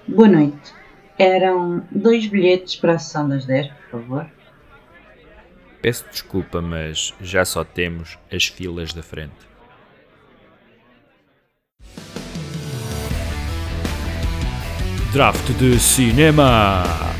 Boa noite. Eram 2 bilhetes para a sessão das 10, por favor. Peço desculpa, mas já só temos as filas da frente. Draft de cinema!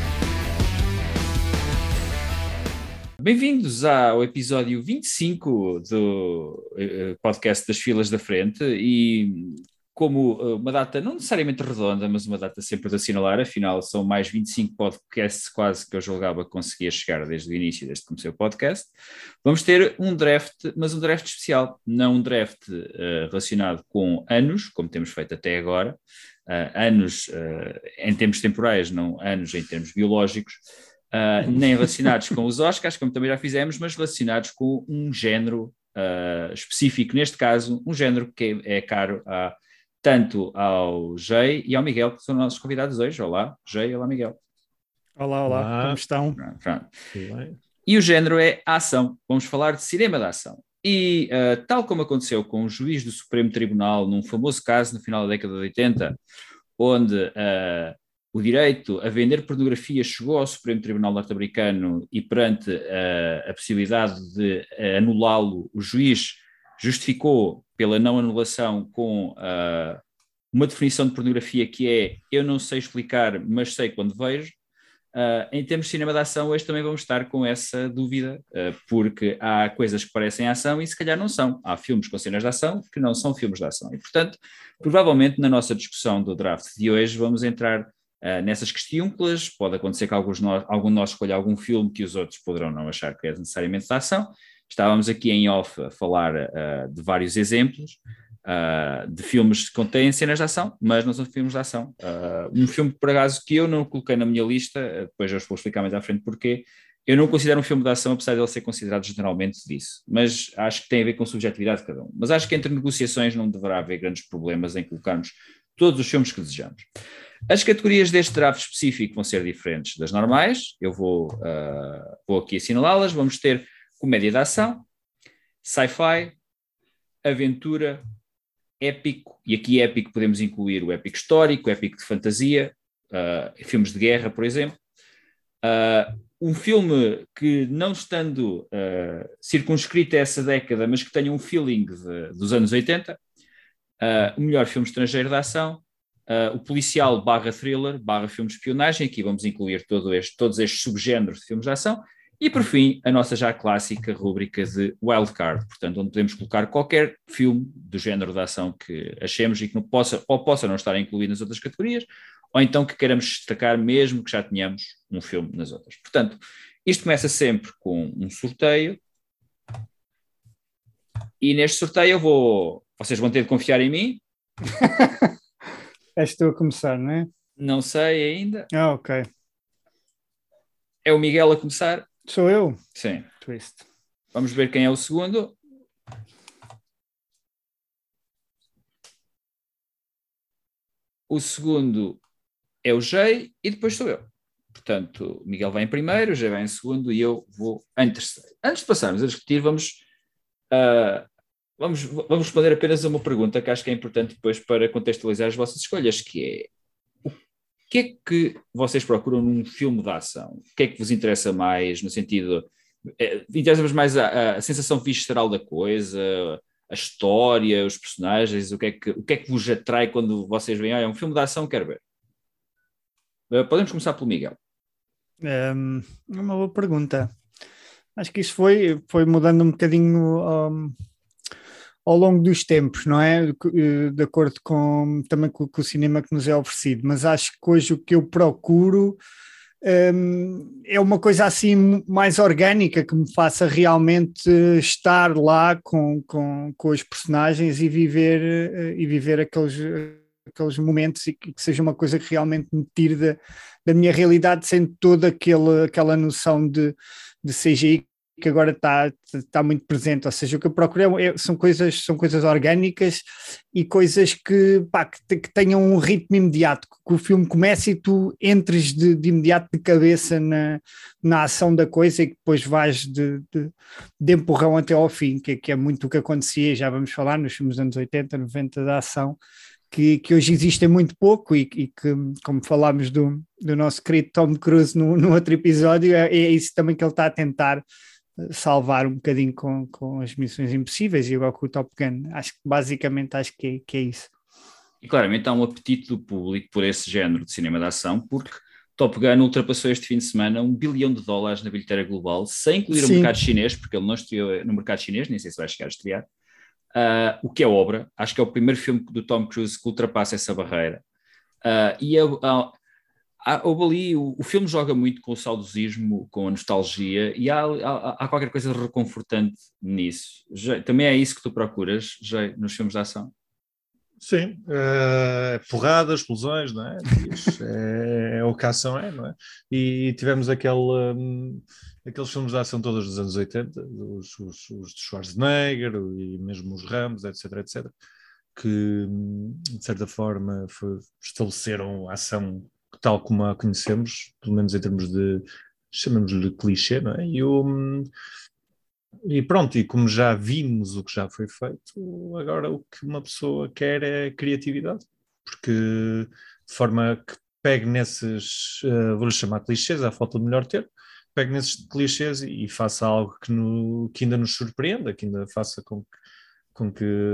Bem-vindos ao episódio 25 do podcast das filas da frente e como uma data não necessariamente redonda, mas uma data sempre de assinalar, afinal são mais 25 podcasts quase que eu julgava que conseguia chegar desde o início, desde que comecei o podcast, vamos ter um draft, mas um draft especial, não um draft relacionado com anos, como temos feito até agora, anos em termos temporais, não anos em termos biológicos, nem relacionados com os Oscars, como também já fizemos, mas relacionados com um género específico, neste caso, um género que é caro tanto ao Jay e ao Miguel, que são nossos convidados hoje. Olá, Jay, olá, Miguel. Olá, olá, como estão? Pronto. Tudo bem? E o género é a ação. Vamos falar de cinema da ação. E tal como aconteceu com o juiz do Supremo Tribunal num famoso caso no final da década de 80, onde o direito a vender pornografia chegou ao Supremo Tribunal norte-americano e perante a possibilidade de anulá-lo, o juiz justificou pela não anulação com uma definição de pornografia que é eu não sei explicar, mas sei quando vejo. Em termos de cinema de ação, hoje também vamos estar com essa dúvida, porque há coisas que parecem ação e se calhar não são. Há filmes com cenas de ação que não são filmes de ação. E, portanto, provavelmente na nossa discussão do draft de hoje vamos entrar nessas questões. Pode acontecer que algum de nós escolha algum filme que os outros poderão não achar que é necessariamente de ação. Estávamos aqui em off a falar de vários exemplos. De filmes que contêm cenas de ação, mas não são filmes de ação. Um filme, por acaso, que eu não coloquei na minha lista, depois eu vou explicar mais à frente porquê, eu não considero um filme de ação, apesar de ele ser considerado generalmente disso, mas acho que tem a ver com a subjetividade de cada um. Mas acho que entre negociações não deverá haver grandes problemas em colocarmos todos os filmes que desejamos. As categorias deste draft específico vão ser diferentes das normais, eu vou aqui assinalá-las. Vamos ter comédia de ação, sci-fi, aventura, épico, e aqui épico podemos incluir o épico histórico, o épico de fantasia, filmes de guerra, por exemplo. Um filme que, não estando circunscrito a essa década, mas que tenha um feeling dos anos 80, o melhor filme estrangeiro de ação, o policial barra thriller, barra filme de espionagem, aqui vamos incluir todos estes subgéneros de filmes de ação, e por fim, a nossa já clássica rúbrica de wildcard, portanto, onde podemos colocar qualquer filme do género de ação que achemos e que não possa não estar incluído nas outras categorias, ou então que queiramos destacar mesmo que já tenhamos um filme nas outras. Portanto, isto começa sempre com um sorteio, e neste sorteio vocês vão ter de confiar em mim. És tu a começar, não é? Não sei ainda. Ok. É o Miguel a começar? Sou eu? Sim. Twist. Vamos ver quem é o segundo. O segundo é o Jay e depois sou eu. Portanto, o Miguel vai em primeiro, o Jay vai em segundo e eu vou em terceiro. Antes de passarmos a discutir, vamos responder apenas a uma pergunta que acho que é importante depois para contextualizar as vossas escolhas, que é o que é que vocês procuram num filme de ação? O que é que vos interessa mais, no sentido... interessa-vos mais a sensação visceral da coisa, a história, os personagens, o que é que vos atrai quando vocês veem, olha, um filme de ação, quero ver. Podemos começar pelo Miguel. Uma boa pergunta. Acho que isso foi mudando um bocadinho ao longo dos tempos, não é? De acordo também com o cinema que nos é oferecido, mas acho que hoje o que eu procuro é uma coisa assim mais orgânica, que me faça realmente estar lá com os personagens e viver aqueles momentos, e que seja uma coisa que realmente me tire da minha realidade, sem toda aquela noção de CGI que agora está muito presente. Ou seja, o que eu procuro são coisas orgânicas e coisas que tenham um ritmo imediato, que o filme comece e tu entres de imediato de cabeça na ação da coisa, e que depois vais de empurrão até ao fim, que é muito o que acontecia, já vamos falar, nos filmes dos anos 80, 90 da ação, que hoje existem muito pouco e que, como falámos do nosso querido Tom Cruise no outro episódio, é isso também que ele está a tentar salvar um bocadinho com as Missões Impossíveis e agora com o Top Gun. Basicamente acho que é isso. E claramente há um apetite do público por esse género de cinema de ação, porque Top Gun ultrapassou este fim de semana $1 bilhão na bilheteira global, sem incluir o mercado chinês, porque ele não estreou no mercado chinês, nem sei se vai chegar a estrear. O que é obra, acho que é o primeiro filme do Tom Cruise que ultrapassa essa barreira. O filme joga muito com o saudosismo, com a nostalgia, e há qualquer coisa reconfortante nisso. Também é isso que tu procuras, nos filmes de ação? Sim, porradas, explosões, não é? É o que a ação é, não é? E tivemos aqueles filmes de ação todos dos anos 80, os de Schwarzenegger e mesmo os Ramos, etc, etc, que de certa forma estabeleceram a ação tal como a conhecemos, pelo menos em termos de, chamamos-lhe clichê, não é? E pronto, e como já vimos o que já foi feito, agora o que uma pessoa quer é criatividade, porque de forma que pegue nesses, vou-lhe chamar clichês, à falta de melhor termo, pegue nesses clichês e faça algo que ainda nos surpreenda, que ainda faça com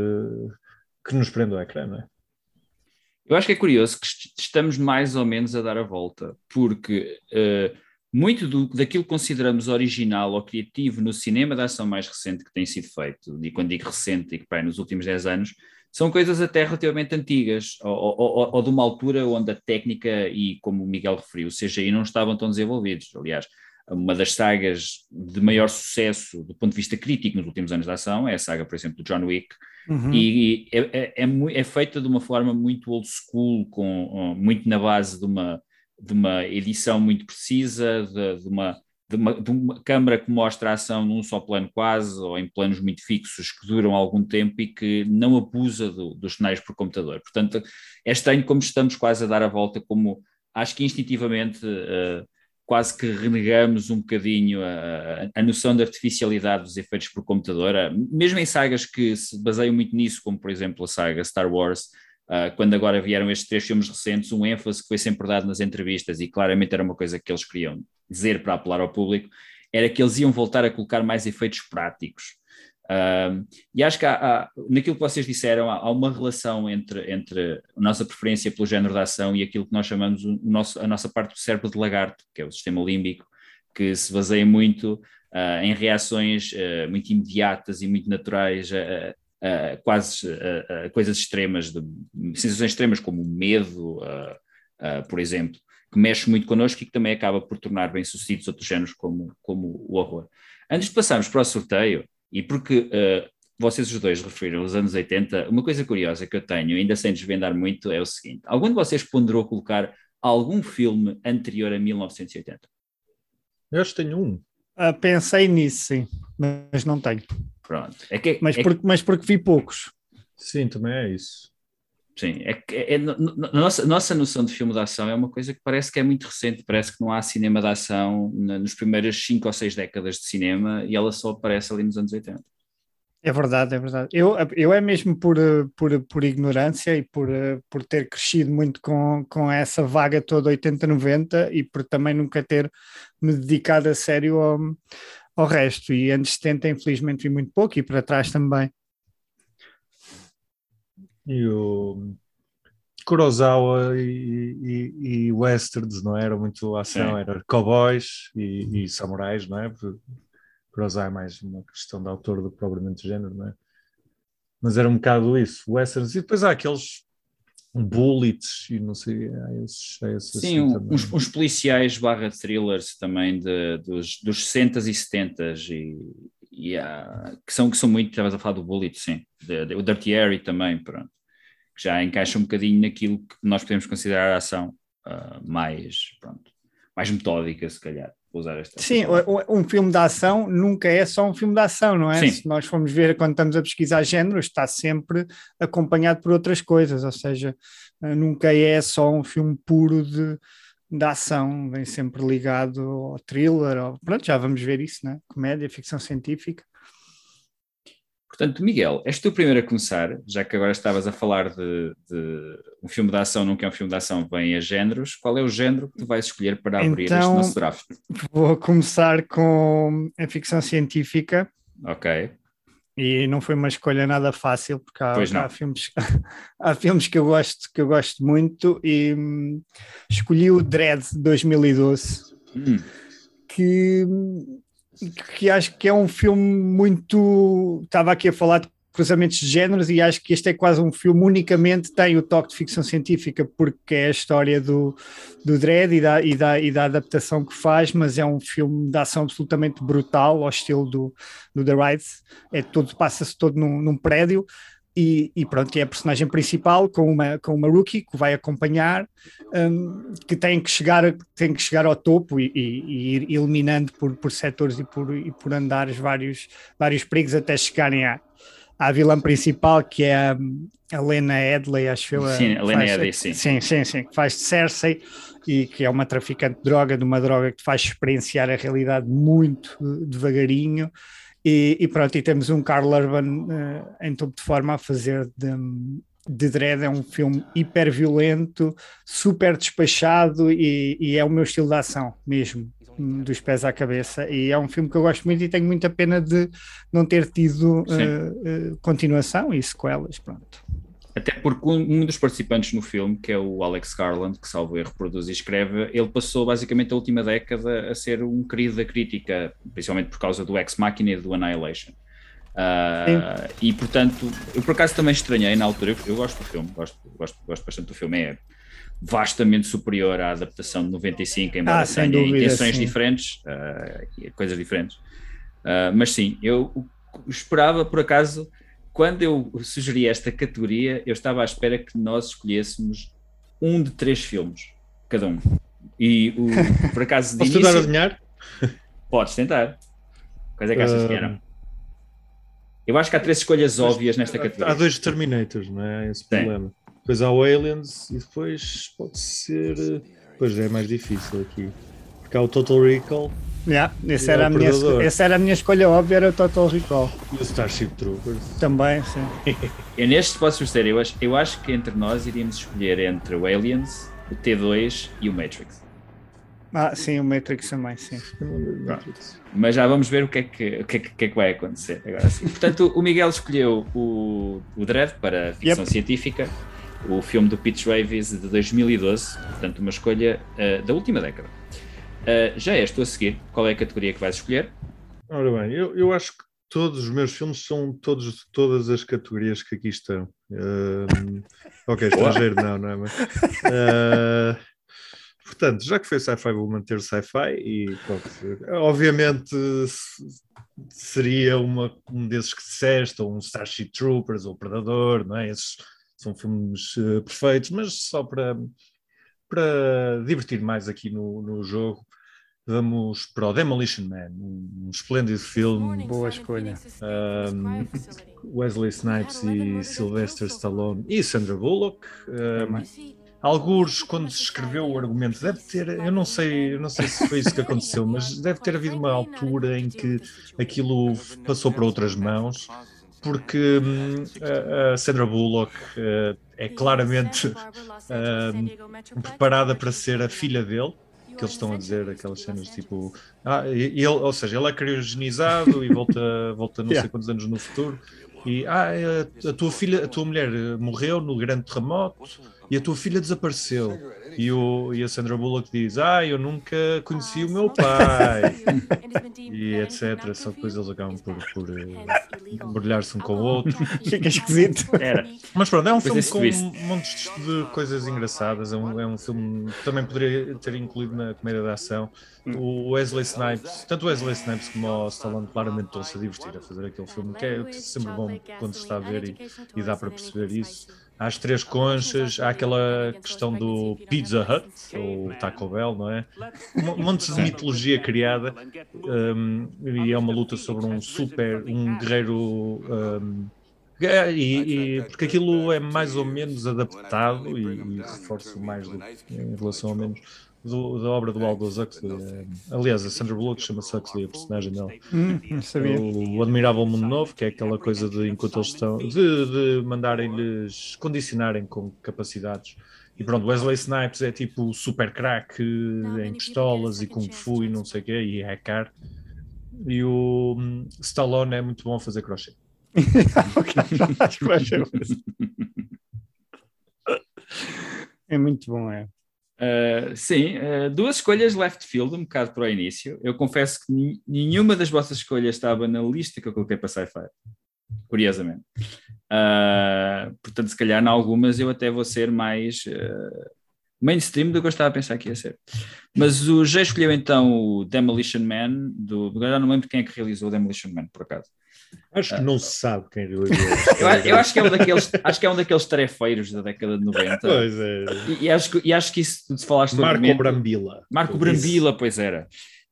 que nos prenda o ecrã, não é? Eu acho que é curioso que estamos mais ou menos a dar a volta, porque muito daquilo que consideramos original ou criativo no cinema de ação mais recente que tem sido feito, e quando digo recente, digo nos últimos 10 anos, são coisas até relativamente antigas, ou de uma altura onde a técnica e, como o Miguel referiu, o CGI não estavam tão desenvolvidos. Aliás, uma das sagas de maior sucesso do ponto de vista crítico nos últimos anos de ação é a saga, por exemplo, do John Wick, e é feita de uma forma muito old school, muito na base de uma edição muito precisa, de uma câmara que mostra a ação num só plano quase, ou em planos muito fixos que duram algum tempo e que não abusa dos cenários por computador. Portanto, é estranho como estamos quase a dar a volta, como acho que instintivamente quase que renegamos um bocadinho a noção de artificialidade dos efeitos por computador, mesmo em sagas que se baseiam muito nisso, como por exemplo a saga Star Wars. Quando agora vieram estes 3 filmes recentes, um ênfase que foi sempre dado nas entrevistas, e claramente era uma coisa que eles queriam dizer para apelar ao público, era que eles iam voltar a colocar mais efeitos práticos. E acho que naquilo que vocês disseram, há uma relação entre a nossa preferência pelo género da ação e aquilo que nós chamamos a nossa parte do cérebro de lagarto, que é o sistema límbico, que se baseia muito em reações muito imediatas e muito naturais quase coisas extremas, sensações extremas como o medo, por exemplo, que mexe muito connosco e que também acaba por tornar bem-sucedidos outros géneros como o horror. Antes de passarmos para o sorteio, e porque vocês os dois referiram os anos 80, uma coisa curiosa que eu tenho, ainda sem desvendar muito, é o seguinte: algum de vocês ponderou colocar algum filme anterior a 1980? Eu acho que tenho um. Pensei nisso, sim, mas não tenho. Pronto. Mas porque vi poucos. Sim, também é isso. Sim, nossa noção de filme de ação é uma coisa que parece que é muito recente, parece que não há cinema de ação nos primeiras 5 ou 6 décadas de cinema, e ela só aparece ali nos anos 80. É verdade, é verdade. Eu é mesmo por ignorância e por ter crescido muito com essa vaga toda 80-90 e por também nunca ter me dedicado a sério ao resto. E anos 70, infelizmente, vi muito pouco e para trás também. E o Kurosawa e westerns, não era muito ação, era cowboys e samurais, não é? Porque Kurosawa é mais uma questão de autor do que propriamente de género, não é? Mas era um bocado isso, westerns, e depois há aqueles bullets e não sei, há esses sim, assim, uns policiais / thrillers também dos 60s e 70s que são muito, estavas a falar do Bullet, sim, o Dirty Harry também, pronto, que já encaixa um bocadinho naquilo que nós podemos considerar a ação mais metódica, se calhar. Usar esta sim, um filme de ação nunca é só um filme de ação, não é? Sim. Se nós formos ver quando estamos a pesquisar géneros, está sempre acompanhado por outras coisas, ou seja, nunca é só um filme puro de ação, vem sempre ligado ao thriller, pronto, já vamos ver isso, não é? Comédia, ficção científica. Portanto, Miguel, és tu o primeiro a começar, já que agora estavas a falar de um filme de ação, nunca é um filme de ação, vem a géneros. Qual é o género que tu vais escolher para abrir este Então, nosso draft? vou começar com a ficção científica. Ok, E não foi uma escolha nada fácil, porque pois não. há filmes, há filmes que eu gosto muito e escolhi o Dredd de 2012, que, que acho que é um filme muito... Estava aqui a falar de cruzamentos de géneros e acho que este é quase um filme, unicamente tem o toque de ficção científica, porque é a história do Dredd e da adaptação que faz, mas é um filme de ação absolutamente brutal, ao estilo do The Raid. Passa-se todo num prédio e pronto, é a personagem principal com uma rookie que vai acompanhar, que tem que chegar ao topo e ir eliminando por setores e por andares vários perigos até chegarem à vilã principal, que é a Lena Headey, acho eu. Sim, a Lena Headey, sim. Sim, que faz de Cersei e que é uma traficante de droga, de uma droga que te faz experienciar a realidade muito devagarinho. E pronto, e temos um Karl Urban em topo de forma a fazer de Dredd. É um filme hiper violento, super despachado e é o meu estilo de ação mesmo, dos pés à cabeça, e é um filme que eu gosto muito e tenho muita pena de não ter tido continuação e sequelas, pronto. Até porque um dos participantes no filme, que é o Alex Garland, que salvo erro produz e escreve, ele passou basicamente a última década a ser um querido da crítica, principalmente por causa do Ex Machina e do Annihilation. E portanto, eu por acaso também estranhei na altura. Eu gosto do filme, gosto bastante do filme, é vastamente superior à adaptação de 95, embora tenha intenções diferentes, coisas diferentes, mas sim, eu esperava, por acaso, quando eu sugeri esta categoria, eu estava à espera que nós escolhêssemos um de 3 filmes, cada um, e por acaso Posso tentar adivinhar? Podes tentar. Quais é que achas que eram? Eu acho que há 3 escolhas óbvias nesta categoria. Há 2 Terminators, não é? Esse problema. Depois há o Aliens e depois pode ser... Depois já é mais difícil aqui. Porque há o Total Recall. Essa era a minha escolha óbvia, era o Total Recall. E o Starship Troopers. Também, sim. Eu neste posso dizer, eu acho que entre nós iríamos escolher entre o Aliens, o T2 e o Matrix. Sim, o Matrix também, sim. Mas já vamos ver o que é que vai acontecer agora sim. Portanto, o Miguel escolheu o Dredd para ficção científica, o filme do Peter Travis de 2012, portanto uma escolha da última década. Já és tu a seguir, qual é a categoria que vais escolher? Ora bem, eu acho que todos os meus filmes são todas as categorias que aqui estão. Ok, estrangeiro não é? Mas, portanto, já que foi sci-fi, vou manter sci-fi e obviamente seria um desses que disseste, ou um Starship Troopers, ou Predador, não é? Esses são filmes perfeitos, mas só para divertir mais aqui no jogo, vamos para o Demolition Man, um esplêndido filme. Boa escolha. Wesley Snipes e Sylvester Stallone e Sandra Bullock. Alguns, quando se escreveu o argumento, deve ter, eu não sei se foi isso que aconteceu, mas deve ter havido uma altura em que aquilo passou para outras mãos, porque a Sandra Bullock é claramente preparada para ser a filha dele, que eles estão a dizer aquelas cenas tipo, ou seja, ele é criogenizado e volta não sei quantos anos no futuro, e a tua mulher morreu no grande terremoto e a tua filha desapareceu. E a Sandra Bullock diz, eu nunca conheci o meu pai, e etc. Só que depois eles acabam por embrulhar-se um com o outro. Fica esquisito. Mas pronto, é um filme com montes de coisas engraçadas. É um filme que também poderia ter incluído na comédia de ação. O Wesley Snipes, tanto o Wesley Snipes como o Stallone claramente estão-se a divertir a fazer aquele filme, que é sempre bom quando se está a ver e dá para perceber isso. Há as 3 conchas, há aquela questão do Pizza Hut, ou Taco Bell, não é? Montes de mitologia criada, e é uma luta sobre um guerreiro, porque aquilo é mais ou menos adaptado, e reforço mais em relação ao menos da obra do Aldous Huxley. Aliás, a Sandra Bullock chama-se Huxley, a personagem dela. Não sabia. O Admirável Mundo Novo, que é aquela coisa de enquanto eles estão de mandarem-lhes condicionarem com capacidades. E pronto, Wesley Snipes é tipo super crack em pistolas e kung fu e não sei o quê, e hackar. E o Stallone é muito bom a fazer crochê. Acho que vai ser isso. É muito bom, é. Sim, duas escolhas left field, um bocado para o início. Eu confesso que nenhuma das vossas escolhas estava na lista que eu coloquei para sci-fi, curiosamente. Portanto, se calhar, em algumas eu até vou ser mais mainstream do que eu estava a pensar que ia ser. Mas o Jay escolheu então o Demolition Man, agora não lembro quem é que realizou o Demolition Man, por acaso. Acho que não se sabe quem realizou. Eu acho que é um daqueles tarefeiros da década de 90. Pois é. E acho que isso tu falaste Marco Brambilla. Marco Brambilla, pois era.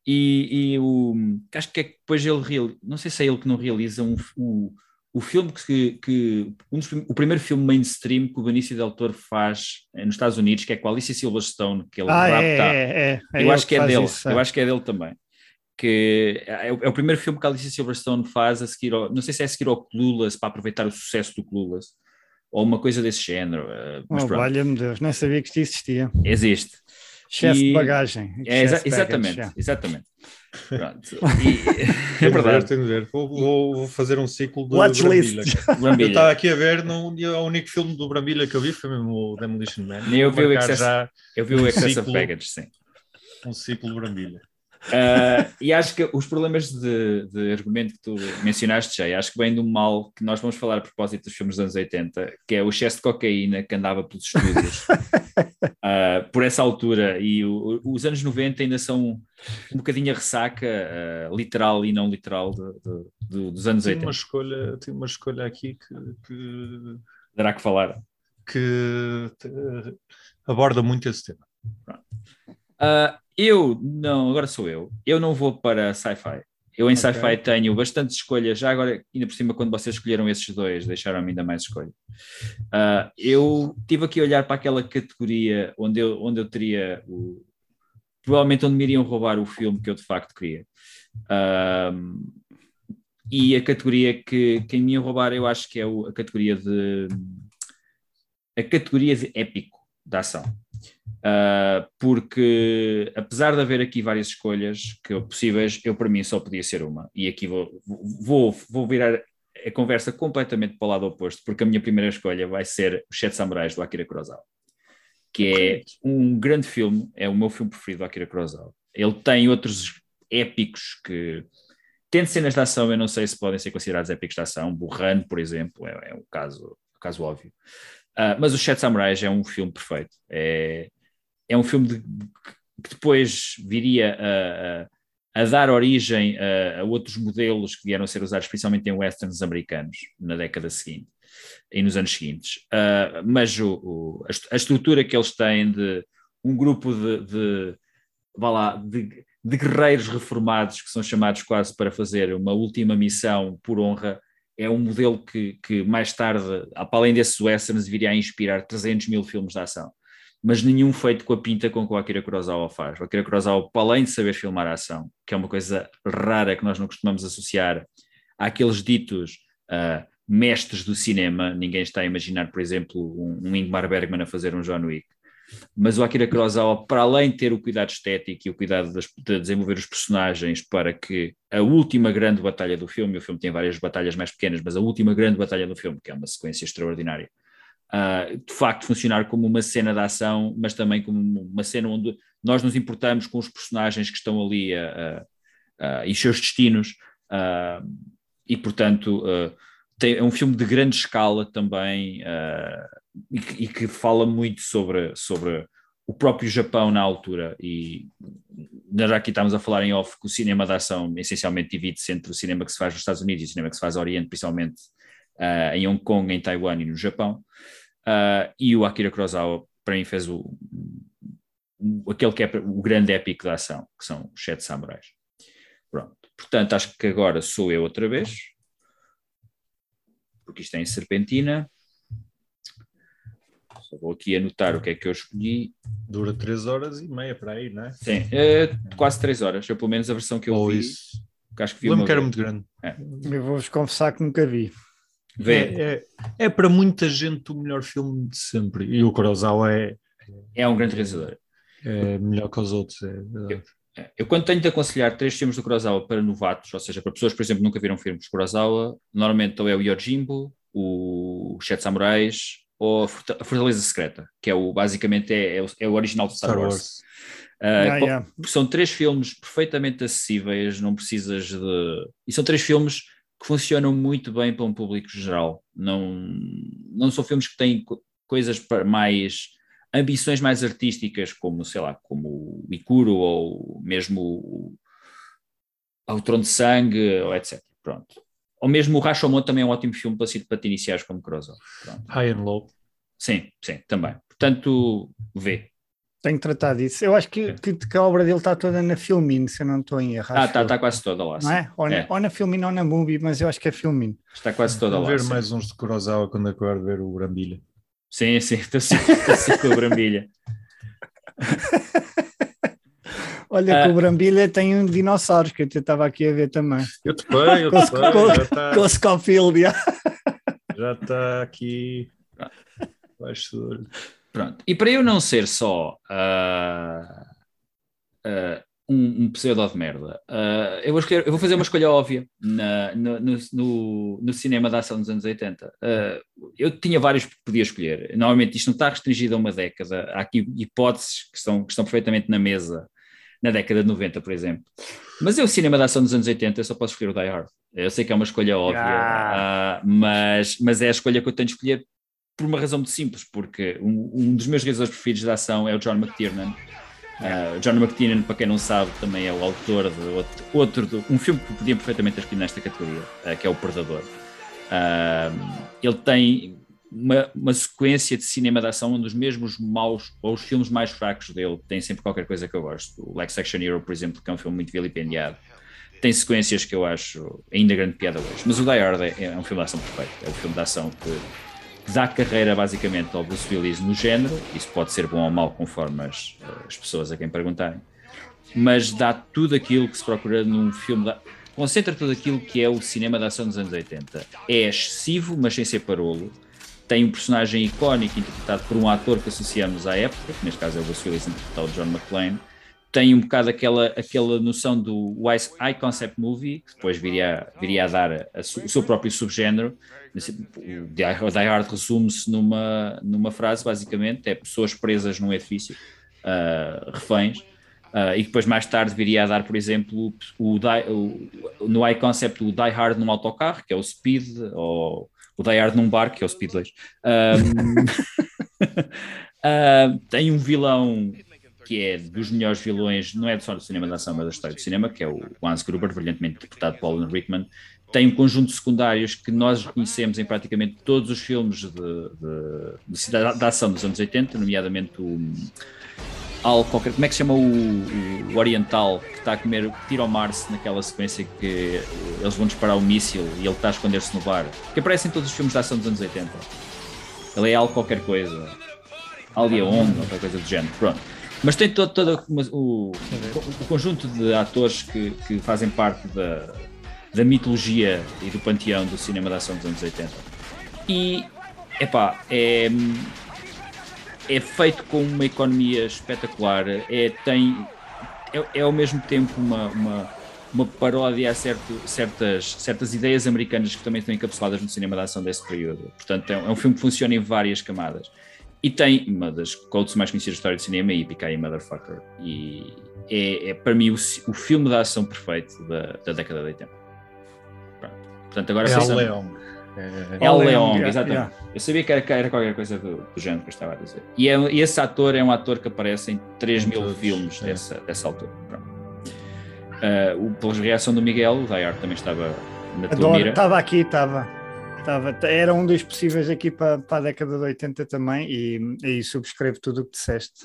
Acho que é que depois ele não sei se é ele que não realiza o filme o primeiro filme mainstream que o Benício Del Toro faz nos Estados Unidos, que é com a Alicia Silverstone, que ele rapta. Eu acho que é dele. Eu acho que é dele também. Que é o primeiro filme que a Alicia Silverstone faz a seguir não sei se é a seguir ao Clueless, para aproveitar o sucesso do Clueless, ou uma coisa desse género. Mas valha-me Deus, nem sabia que isto existia. Existe. Excesso de bagagem. Exatamente. Pronto. É verdade. Tenho de ver. Vou fazer um ciclo do Watch Brambilla. list. Eu estava aqui a ver, o único filme do Brambilla que eu vi foi mesmo o Demolition Man. Eu vi o Excess of Baggage, sim. Um ciclo do Brambilla. E acho que os problemas de argumento que tu mencionaste, já, acho que vem de um mal que nós vamos falar a propósito dos filmes dos anos 80, que é o excesso de cocaína que andava pelos estúdios por essa altura, e os anos 90 ainda são um bocadinho a ressaca literal e não literal dos anos 80. Tenho uma escolha aqui que terá que falar, que aborda muito esse tema. Agora sou eu. Eu não vou para sci-fi. Eu em sci-fi tenho bastantes escolhas. Já agora, ainda por cima, quando vocês escolheram esses dois, deixaram-me ainda mais escolha. Eu estive aqui a olhar para aquela categoria onde eu teria provavelmente onde me iriam roubar o filme que eu de facto queria. E a categoria que quem me ia roubar, eu acho que é a categoria de épico da ação. Porque apesar de haver aqui várias escolhas possíveis, eu para mim só podia ser uma, e aqui vou virar a conversa completamente para o lado oposto, porque a minha primeira escolha vai ser Os Sete Samurais do Akira Kurosawa, que é um grande filme, é o meu filme preferido do Akira Kurosawa. Ele tem outros épicos que tendo cenas de ação, eu não sei se podem ser considerados épicos de ação. Burhan, por exemplo, é um caso óbvio. Mas Os Sete Samurais é um filme perfeito. É um filme que depois viria a dar origem a outros modelos que vieram a ser usados, principalmente em westerns americanos, na década seguinte e nos anos seguintes. Mas a estrutura que eles têm de um grupo de guerreiros reformados que são chamados quase para fazer uma última missão por honra, é um modelo que mais tarde, para além desses westerns, viria a inspirar 300 mil filmes de ação. Mas nenhum feito com a pinta com que o Akira Kurosawa faz. O Akira Kurosawa, para além de saber filmar a ação, que é uma coisa rara que nós não costumamos associar àqueles ditos mestres do cinema, ninguém está a imaginar, por exemplo, um Ingmar Bergman a fazer um John Wick, mas o Akira Kurosawa, para além de ter o cuidado estético e o cuidado de desenvolver os personagens para que a última grande batalha do filme, o filme tem várias batalhas mais pequenas, mas a última grande batalha do filme, que é uma sequência extraordinária, de facto funcionar como uma cena de ação, mas também como uma cena onde nós nos importamos com os personagens que estão ali e os seus destinos, e portanto é um filme de grande escala também, e que fala muito sobre o próprio Japão na altura. E já aqui estamos a falar em off que o cinema de ação essencialmente divide-se entre o cinema que se faz nos Estados Unidos e o cinema que se faz ao Oriente, principalmente em Hong Kong, em Taiwan e no Japão. E o Akira Kurosawa, para mim, fez aquele que é o grande épico da ação, que são Os Sete Samurais. Pronto. Portanto, acho que agora sou eu outra vez, porque isto é em serpentina. Só vou aqui anotar o que é que eu escolhi. Dura 3 horas e meia para aí, não é? Sim, quase 3 horas. Eu, pelo menos a versão que eu vi, Isso. que acho que vi Lembro uma que era vez. muito grande. Eu vou-vos confessar que nunca vi. Vê, É para muita gente o melhor filme de sempre. E o Kurosawa é um grande realizador. é melhor que os outros. É verdade. Eu quando tenho de aconselhar 3 filmes do Kurosawa para novatos, ou seja, para pessoas, por exemplo, que nunca viram filmes de Kurosawa, normalmente ou é o Yojimbo, o Sete Samurais ou a Fortaleza Secreta, que basicamente é o original de Star Wars. Yeah. São 3 filmes perfeitamente acessíveis, não precisas de... E são 3 filmes que funcionam muito bem para um público geral. Não são filmes que têm coisas mais... ambições mais artísticas, como, sei lá, como o Ikuro ou mesmo o Trono de Sangue, ou etc. Pronto. Ou mesmo o Rashomon também é um ótimo filme para te iniciares como Kurosawa. Pronto. High and Low. Sim, também. Portanto, vê. Tenho que tratar disso. Eu acho que a obra dele está toda na Filmin, se eu não estou em erro. Está quase toda lá. Não é? Ou na Filmin ou na Movie, mas eu acho que é Filmin. Está quase toda Vou lá. ver sim. mais uns de Kurosawa quando acabar de ver o Brambilha. Sim, estou sempre com a Brambilha. Olha, que o Brambilha tem um dinossauro que eu estava aqui a ver também. Eu topei. Com o Scofield, Já está aqui baixo. Pronto. E para eu não ser só um pseudo de merda, eu vou fazer uma escolha óbvia no cinema da ação dos anos 80. Eu tinha vários que podia escolher. Normalmente isto não está restringido a uma década. Há aqui hipóteses que estão perfeitamente na mesa, na década de 90, por exemplo. Mas o cinema da ação dos anos 80, eu só posso escolher o Die Hard. Eu sei que é uma escolha óbvia, mas é a escolha que eu tenho de escolher por uma razão muito simples, porque um dos meus realizadores preferidos da ação é o John McTiernan. John McTiernan, para quem não sabe, também é o autor de um filme que podia perfeitamente ter escolhido nesta categoria, que é o Predador. Ele tem uma sequência de cinema de ação, um dos mesmos maus, ou os filmes mais fracos dele, tem sempre qualquer coisa que eu gosto. O Like Section Hero, por exemplo, que é um filme muito vilipendiado, tem sequências que eu acho ainda grande piada hoje. Mas o Die Hard é um filme de ação perfeito, é um filme de ação que dá carreira basicamente ao Bruce Willis no género. Isso pode ser bom ou mau conforme as pessoas a quem perguntarem, mas dá tudo aquilo que se procura num filme, concentra tudo aquilo que é o cinema de ação dos anos 80. É excessivo, mas sem ser parolo. Tem um personagem icónico interpretado por um ator que associamos à época, que neste caso é o Bruce Willis interpretado o John McClane. Tem um bocado aquela noção do high concept movie, que depois viria a dar o seu próprio subgénero. O Die Hard resume-se numa frase, basicamente, é pessoas presas num edifício, reféns, e depois mais tarde viria a dar, por exemplo, no high concept o Die Hard num autocarro, que é o Speed, ou o Die Hard num bar, que é o Speed 2. Tem um vilão que é dos melhores vilões, não é só do cinema de ação, mas da história do cinema, que é o Hans Gruber, brilhantemente interpretado por Alan Rickman. Tem um conjunto de secundários que nós reconhecemos em praticamente todos os filmes da ação dos anos 80, nomeadamente como é que se chama o oriental, que está a comer tiro ao Mars naquela sequência que eles vão disparar o míssil e ele está a esconder-se no bar, que aparece em todos os filmes da ação dos anos 80. Ele é algo qualquer coisa, Ali Aong, ou qualquer coisa do género, pronto. Mas tem todo o conjunto de atores que fazem parte da mitologia e do panteão do cinema de ação dos anos 80. E, é feito com uma economia espetacular, é ao mesmo tempo uma paródia a certas ideias americanas que também estão encapsuladas no cinema de ação desse período. Portanto, é um filme que funciona em várias camadas. E tem uma das quotes mais conhecidas da história do cinema, Yippee-Ki-Yay Motherfucker. E é para mim o filme de ação perfeito da década de 80. Pronto. Portanto, agora El Leong. El Leong, exatamente. Yeah. Eu sabia que era qualquer coisa do género que eu estava a dizer. E esse ator é um ator que aparece em 3.000 filmes dessa altura. Pela reação do Miguel, o Die Hard também estava na tua mira. Estava aqui, estava. Era um dos possíveis aqui para a década de 80 também, e subscrevo tudo o que disseste.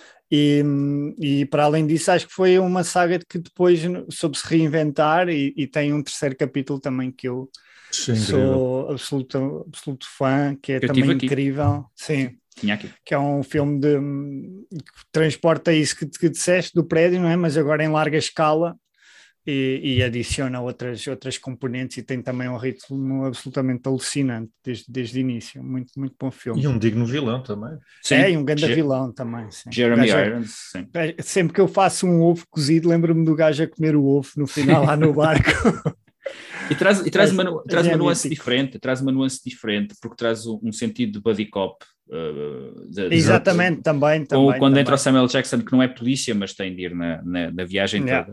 E para além disso, acho que foi uma saga que depois soube se reinventar, e tem um terceiro capítulo também que eu sou absoluto fã, que é também incrível. Sim. Tinha aqui. que é um filme que transporta isso que disseste do prédio, não é? Mas agora em larga escala e adiciona outras componentes e tem também um ritmo absolutamente alucinante desde o início. Muito, muito bom filme. E um digno vilão também. Sim, E um grande vilão também. Sim. Jeremy Gajo Irons, sim. sempre que eu faço um ovo cozido, lembro-me do gajo a comer o ovo no final lá no barco. E traz uma nuance mítico. diferente, porque traz um sentido de buddy cop. Exatamente, também. Quando entra o Samuel Jackson, que não é polícia, mas tem de ir na viagem toda.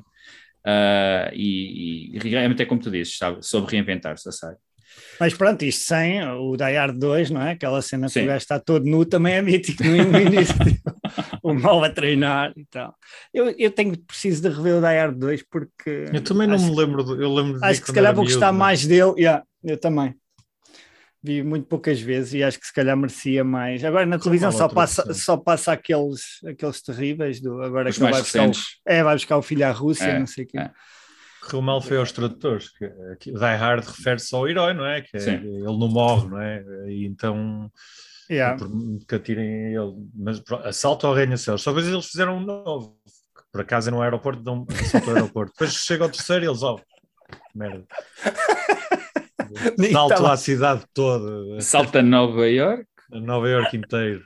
E realmente é como tu dizes, sabe? Soube reinventar-se, sabe? Mas pronto, isto sem o Die Hard 2, não é? Aquela cena que Sim. o gajo está todo nu também é mítico no início. O mal a treinar e tal. Eu preciso de rever o Die Hard 2 porque... Eu também não me lembro. Eu lembro de acho que se calhar vou gostar mais dele. Eu também. Vi muito poucas vezes e acho que se calhar merecia mais. Agora na televisão só passa aqueles terríveis agora Os que ele mais recentes. vai buscar o filho à Rússia, não sei o quê. Correu mal foi aos tradutores, que Die Hard refere-se ao herói, não é? Que ele não morre, não é? E então que atirem ele, mas assalto ao Arranha-Céus. Só que eles fizeram um novo, que por acaso é no aeroporto, dão assalto ao aeroporto. Depois chega ao terceiro e eles, merda. Salto à cidade toda. Salta a Nova York. A Nova York inteiro.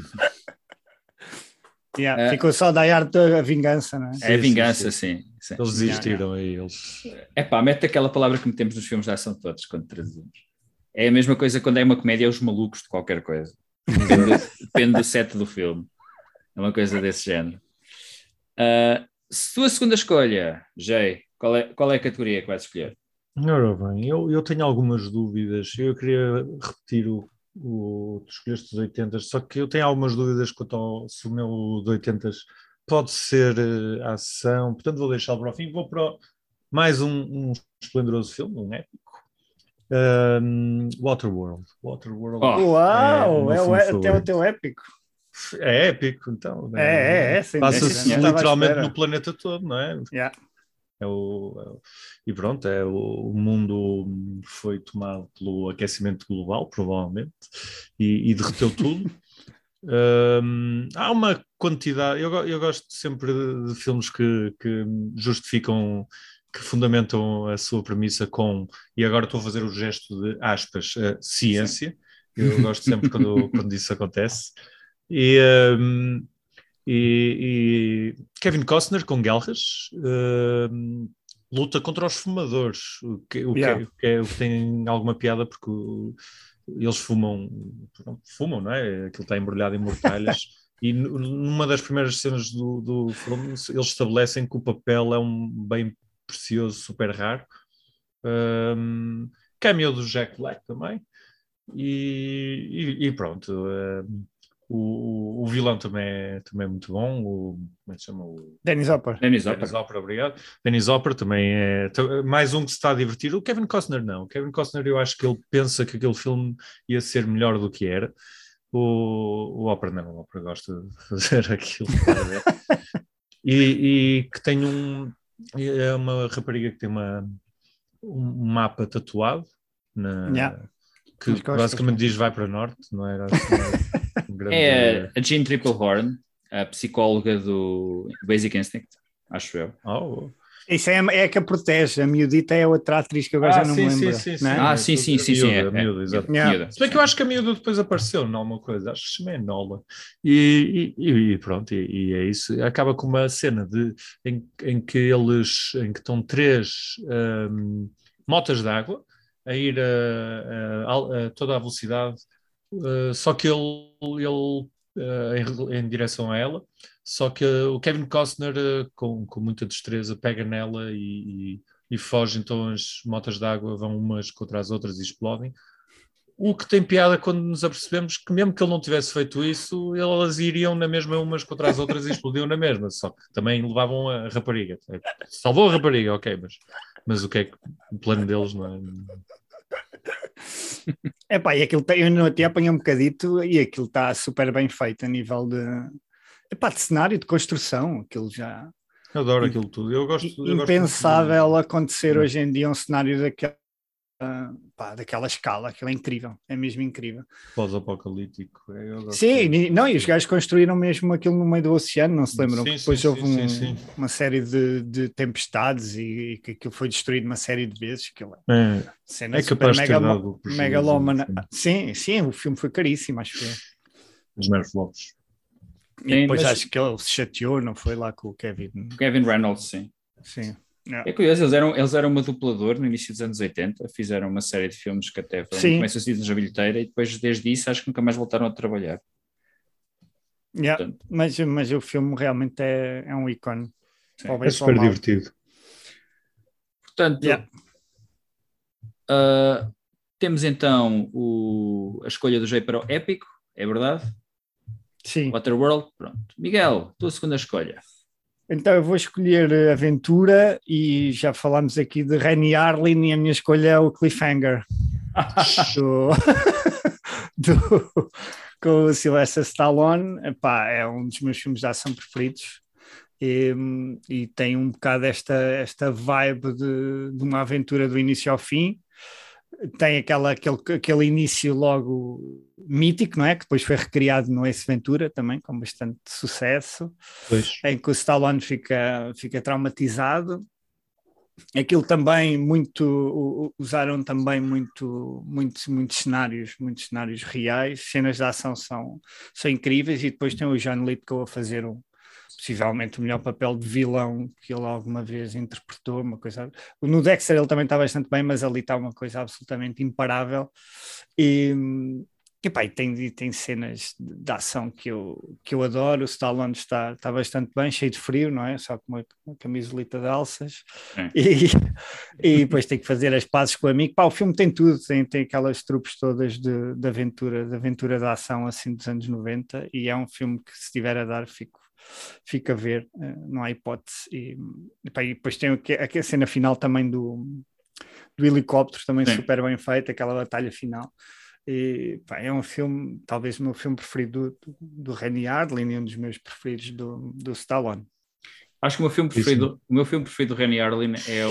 Ficou só Die Hard a vingança, não é? É a vingança, sim. Eles desistiram aí. Mete aquela palavra que metemos nos filmes de ação todos quando traduzimos. É a mesma coisa quando é uma comédia, é os malucos de qualquer coisa. Depende do set do filme. É uma coisa desse género. Sua segunda escolha, Jay, qual é a categoria que vais escolher? Ora bem, eu tenho algumas dúvidas. Eu queria repetir tu escolheste os 80, só que eu tenho algumas dúvidas quanto ao se o meu de 80 pode ser ação, portanto vou deixá-lo para o fim. Vou para mais um esplendoroso filme, um épico. Waterworld. Uau! Até o teu épico. É épico, então. Passa-se literalmente no planeta todo, não é? Yeah. E pronto, o mundo foi tomado pelo aquecimento global, provavelmente, e derreteu tudo. Há uma quantidade, eu gosto sempre de filmes que justificam, que fundamentam a sua premissa com, e agora estou a fazer o gesto de aspas, ciência. Eu gosto sempre quando isso acontece. E Kevin Costner com Guelras luta contra os fumadores, o que tem alguma piada porque eles fumam, não é? Aquilo está embrulhado em mortalhas. E numa das primeiras cenas do filme eles estabelecem que o papel é um bem precioso, super raro. Cameo do Jack Black também. E pronto. O vilão também é muito bom. Como é que se chama? Dennis Hopper. Dennis Hopper, obrigado. Dennis Hopper também é mais um que se está a divertir. O Kevin Costner não. O Kevin Costner, eu acho que ele pensa que aquele filme ia ser melhor do que era. O Hopper não. O Hopper gosta de fazer aquilo. E que tem é uma rapariga que tem um mapa tatuado que basicamente diz vai para norte, não era assim, É a Jean Triplehorn, a psicóloga do Basic Instinct, acho eu. Isso é a que a protege, a miudita é outra atriz que eu agora já não me lembro. Sim. A miúda, exato. Se bem que eu acho que a miúda depois apareceu em alguma coisa, acho que se chama Enola. E pronto, e é isso. Acaba com uma cena em que estão 3 motas de água a ir a toda a velocidade, só que ele em direção a ela, só que o Kevin Costner com muita destreza pega nela e foge, então as motas de água vão umas contra as outras e explodem. O que tem piada quando nos apercebemos que mesmo que ele não tivesse feito isso, elas iriam na mesma umas contra as outras e explodiam na mesma, só que também levavam a rapariga. Salvou a rapariga, ok, mas o que é que o plano deles não é? E aquilo eu não te apanhei um bocadito e aquilo está super bem feito a nível de cenário, de construção, aquilo já... Eu adoro aquilo tudo. Eu gosto impensável acontecer hoje em dia um cenário daqueles pá, daquela escala, aquilo é incrível, é mesmo incrível. Pós-apocalíptico. Sim, e os gajos construíram mesmo aquilo no meio do oceano, não se lembram? Sim, Depois sim, houve sim. uma série de tempestades e que aquilo foi destruído uma série de vezes. Aquilo cena É super capaz de ter dado megalómana. Sim, o filme foi caríssimo, acho que foi. Os meros flops. E depois acho que ele se chateou, não foi lá com o Kevin. Kevin Reynolds, sim. Sim. É curioso, eles eram uma duplador no início dos anos 80, fizeram uma série de filmes que até foram muito bem sucedidos na bilheteira e depois desde isso acho que nunca mais voltaram a trabalhar. Portanto, mas o filme realmente é um ícone. É super divertido. Portanto, temos então a escolha do Jay para o épico, é verdade? Sim. Waterworld, pronto. Miguel, tua segunda escolha. Então eu vou escolher Aventura e já falámos aqui de Rennie Harlin e a minha escolha é o Cliffhanger com o Sylvester Stallone. Epá, é um dos meus filmes de ação preferidos e tem um bocado esta vibe de uma aventura do início ao fim. Tem aquele início logo mítico, não é? Que depois foi recriado no Ace Ventura também, com bastante sucesso, em que o Stallone fica traumatizado. Aquilo também usaram também muitos cenários reais, cenas de ação são incríveis, e depois tem o John Lithgow a fazer possivelmente o melhor papel de vilão que ele alguma vez interpretou, uma coisa. No Dexter ele também está bastante bem, mas ali está uma coisa absolutamente imparável. E tem cenas de ação que eu adoro. O Stallone está bastante bem, cheio de frio, não é? Só com uma camisolita de alças. E depois tem que fazer as pazes com o amigo. Pá, o filme tem tudo, tem aquelas trupes todas de aventura da ação assim dos anos 90, e é um filme que, se estiver a dar, fica a ver, não há hipótese. E depois tem a cena final também do helicóptero, também super bem feita, aquela batalha final. E, é um filme, talvez o meu filme preferido do Rennie Harlin e um dos meus preferidos do Stallone. Acho que o meu filme preferido do Rennie Harlin é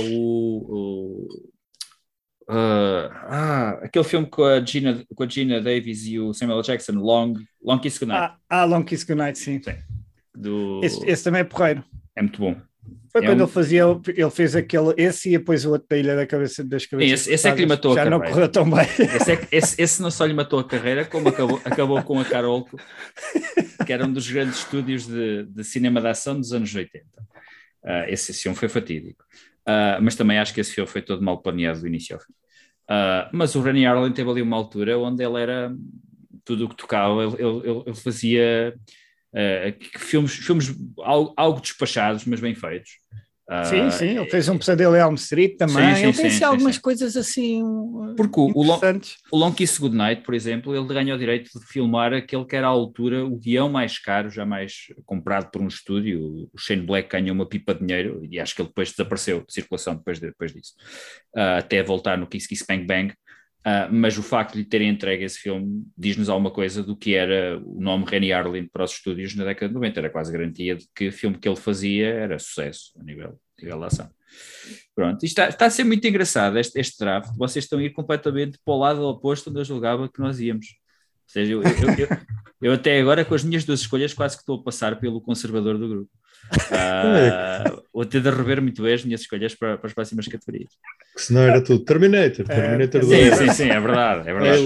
aquele filme com a Gina Davis e o Samuel Jackson, Long Kiss Goodnight. Long Kiss Goodnight, sim. Esse também é porreiro. É muito bom. Foi quando ele fez esse e depois o outro da Ilha das Cabeças. Esse é que lhe matou a carreira. Já não correu tão bem. Esse não só lhe matou a carreira, como acabou com a Carolco, que era um dos grandes estúdios de cinema de ação dos anos 80. Esse filme foi fatídico. Mas também acho que esse filme foi todo mal planeado do início ao fim. Mas o Rennie Harlin teve ali uma altura onde ele era tudo o que tocava, ele fazia filmes algo despachados, mas bem feitos. Sim, ele fez um Pesadelo em Elm Street também. Ele tem algumas coisas assim porque interessantes. O Long Kiss Goodnight, por exemplo, ele ganha o direito de filmar aquele que era à altura o guião mais caro jamais comprado por um estúdio. O Shane Black ganhou uma pipa de dinheiro e acho que ele depois desapareceu de circulação depois disso, até voltar no Kiss Kiss Bang Bang. Mas o facto de lhe terem entregue esse filme diz-nos alguma coisa do que era o nome Rennie Harlin para os estúdios na década de 90. Era quase garantia de que o filme que ele fazia era sucesso a nível de ação. Pronto, isto está a ser muito engraçado este draft. Vocês estão a ir completamente para o lado oposto onde eu julgava que nós íamos. Ou seja, eu até agora, com as minhas duas escolhas, quase que estou a passar pelo conservador do grupo. Vou ter de rever muito bem as minhas escolhas para as próximas categorias. Que senão era tudo Terminator 2. Sim, é verdade.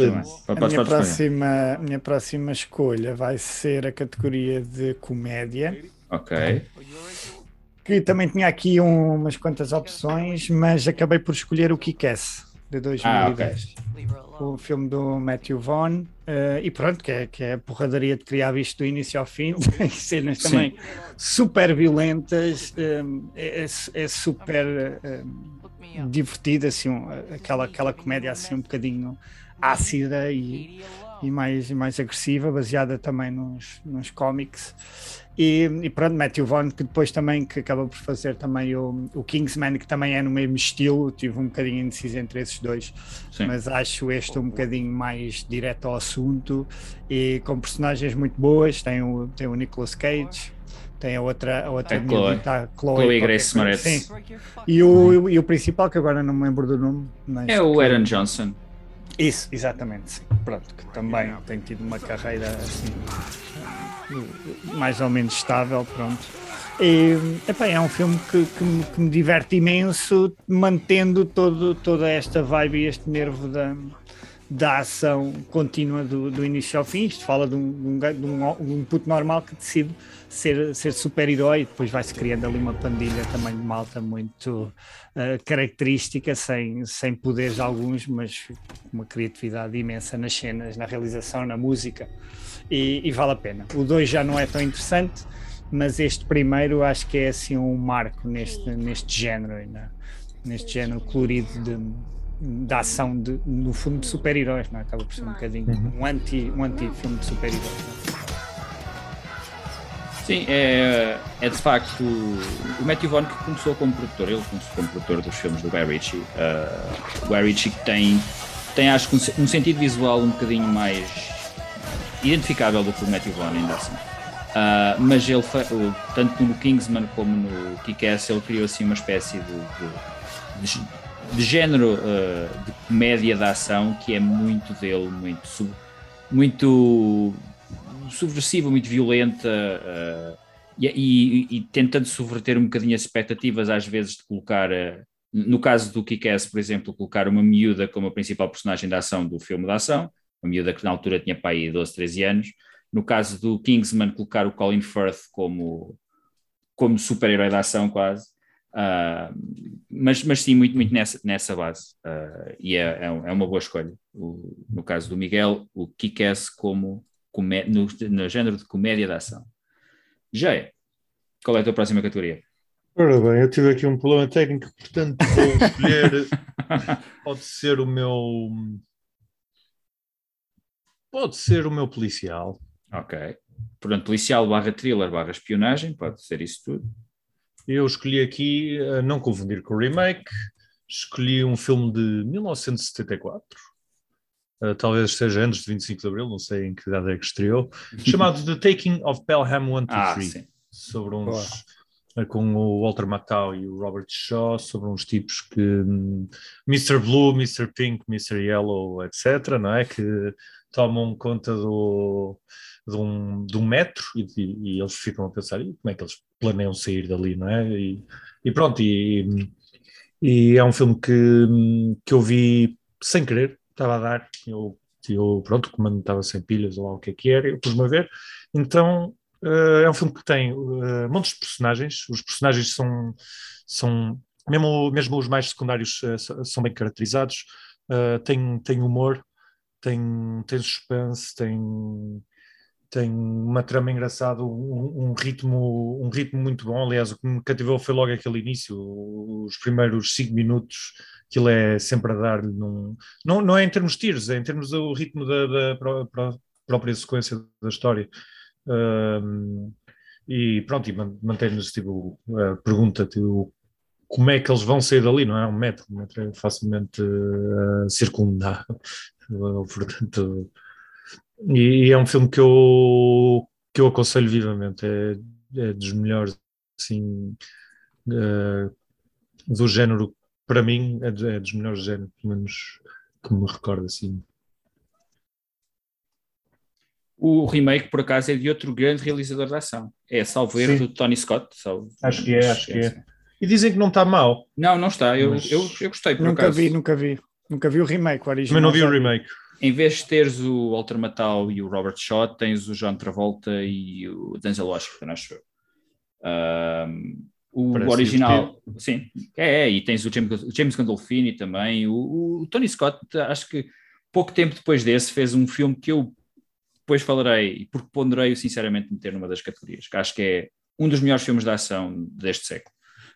A minha próxima escolha vai ser a categoria de comédia. Ok. Que também tinha aqui umas quantas opções, mas acabei por escolher o Kick-Ass, de 2010. O filme do Matthew Vaughn, e pronto, que é a porradaria de criar visto do início ao fim, tem cenas também super violentas, é super divertida, assim, aquela comédia assim um bocadinho ácida, e e mais agressiva, baseada também nos cómics. E pronto, Matthew Vaughn, que depois também que acaba por fazer também o Kingsman, que também é no mesmo estilo. Tive um bocadinho indeciso entre esses dois. Sim. Mas acho este um bocadinho mais direto ao assunto e com personagens muito boas. Tem o Nicolas Cage, tem a outra Chloe Grace Moretz. Sim. E o principal, que agora não me lembro do nome, mas é o Aaron Johnson. Isso, exatamente, sim. Pronto, que também tem tido uma carreira assim mais ou menos estável, pronto. E, é um filme que me diverte imenso, mantendo toda esta vibe e este nervo da ação contínua do início ao fim. Isto fala de um puto normal que decide ser super-herói e depois vai-se criando ali uma pandilha também de malta muito característica, sem poderes alguns, mas uma criatividade imensa nas cenas, na realização, na música, e vale a pena. O 2 já não é tão interessante, mas este primeiro acho que é assim um marco neste género, neste género colorido da ação no fundo de super-heróis, não é? Acaba por ser um bocadinho um anti-filme de super-heróis. Sim, é de facto o Matthew Vaughn que começou como produtor. Ele começou como produtor dos filmes do Guy Ritchie. O Guy Ritchie tem acho que um sentido visual um bocadinho mais identificável do que o Matthew Vaughn ainda assim. Mas ele, tanto no Kingsman como no Kick-Ass, ele criou assim uma espécie de género de comédia da ação que é muito dele, muito subversiva, muito violenta, e tentando subverter um bocadinho as expectativas às vezes de colocar, no caso do Kick-Ass, por exemplo, colocar uma miúda como a principal personagem da ação do filme da ação, uma miúda que na altura tinha para aí 12, 13 anos. No caso do Kingsman, colocar o Colin Firth como super-herói da ação quase. Mas sim, muito nessa base, e é uma boa escolha. No caso do Miguel, o Kick-Ass como no género de comédia da ação. Já é. Qual é a tua próxima categoria? Ora bem, eu tive aqui um problema técnico, portanto vou escolher. Pode ser o meu policial. Ok. Portanto, policial / thriller / espionagem, pode ser isso tudo. Eu escolhi aqui, não confundir com o remake, escolhi um filme de 1974, talvez seja antes de 25 de Abril, não sei em que data é que estreou, chamado The Taking of Pelham 123, sobre com o Walter Matthau e o Robert Shaw, sobre uns tipos que Mr. Blue, Mr. Pink, Mr. Yellow, etc., não é? Que tomam conta de um metro e eles ficam a pensar como é que eles planeiam sair dali, não é? E pronto, e é um filme que eu vi sem querer, estava a dar, eu pronto, o comando estava sem pilhas ou lá o que era, eu pus-me a ver, então é um filme que tem montes de personagens, os personagens são mesmo os mais secundários são bem caracterizados, tem humor, tem suspense, tem uma trama engraçada, um ritmo muito bom. Aliás, o que me cativou foi logo aquele início, os primeiros 5 minutos, aquilo é sempre a dar-lhe não é em termos de tiros, é em termos do ritmo da própria sequência da história. E pronto, e mantém-nos tipo, a pergunta tipo, como é que eles vão sair dali, não é? Um metro é facilmente circundado, portanto, e é um filme que eu aconselho vivamente, é dos melhores assim, do género, para mim é dos melhores géneros, pelo menos que me recordo assim. O remake, por acaso, é de outro grande realizador de ação. É, salvo erro, do Tony Scott. Acho que é. E dizem que não está mal. Não está. Eu gostei, por acaso. Nunca vi o remake, o original. Mas não vi o remake. Em vez de teres o Walter Matthau e o Robert Shaw, tens o John Travolta e o Denzel Washington, acho eu. O parece original, sim, e tens o James Gandolfini também. O Tony Scott, acho que pouco tempo depois desse, fez um filme que eu depois falarei, porque ponderei sinceramente meter numa das categorias, que acho que é um dos melhores filmes de ação deste século.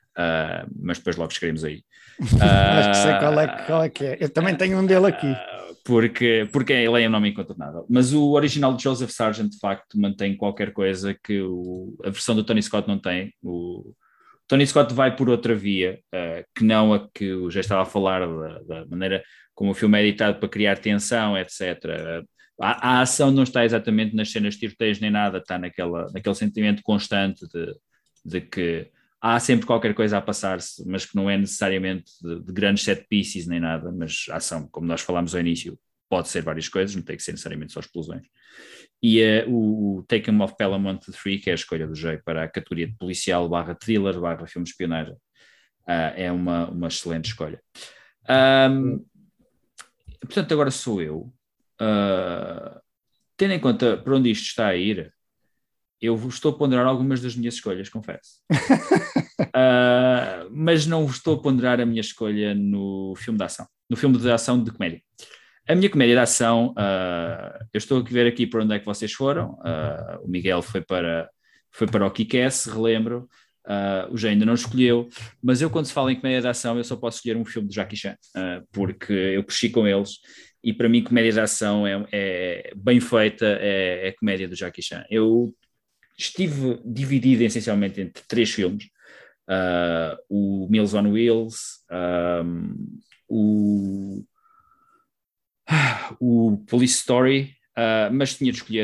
Mas depois logo chegaremos aí. Acho que sei qual é que é. Eu também tenho um dele aqui. porque ele é um nome incontornável. Mas o original de Joseph Sargent, de facto, mantém qualquer coisa que a versão do Tony Scott não tem. O Tony Scott vai por outra via, que não a que eu já estava a falar, da maneira como o filme é editado para criar tensão, etc. A ação não está exatamente nas cenas de tiroteios nem nada, está naquele sentimento constante de que há sempre qualquer coisa a passar-se, mas que não é necessariamente de grandes set pieces nem nada, mas a ação, como nós falámos ao início, pode ser várias coisas, não tem que ser necessariamente só explosões. E o Taken of Pelham 1-3, que é a escolha do Jay para a categoria de policial / thriller / filme de espionagem, é uma excelente escolha. Portanto, agora sou eu. Tendo em conta para onde isto está a ir, eu estou a ponderar algumas das minhas escolhas, confesso. Mas não estou a ponderar a minha escolha no filme de ação, no filme de ação de comédia. A minha comédia de ação, eu estou a ver aqui para onde é que vocês foram. O Miguel foi para o Kick-Ass, relembro. O Jay ainda não escolheu, mas eu, quando se fala em comédia de ação, eu só posso escolher um filme de Jackie Chan, porque eu cresci com eles e para mim comédia de ação é bem feita, é comédia do Jackie Chan. Eu estive dividido essencialmente entre 3 filmes, o Meals on Wheels, o Police Story, mas tinha de escolher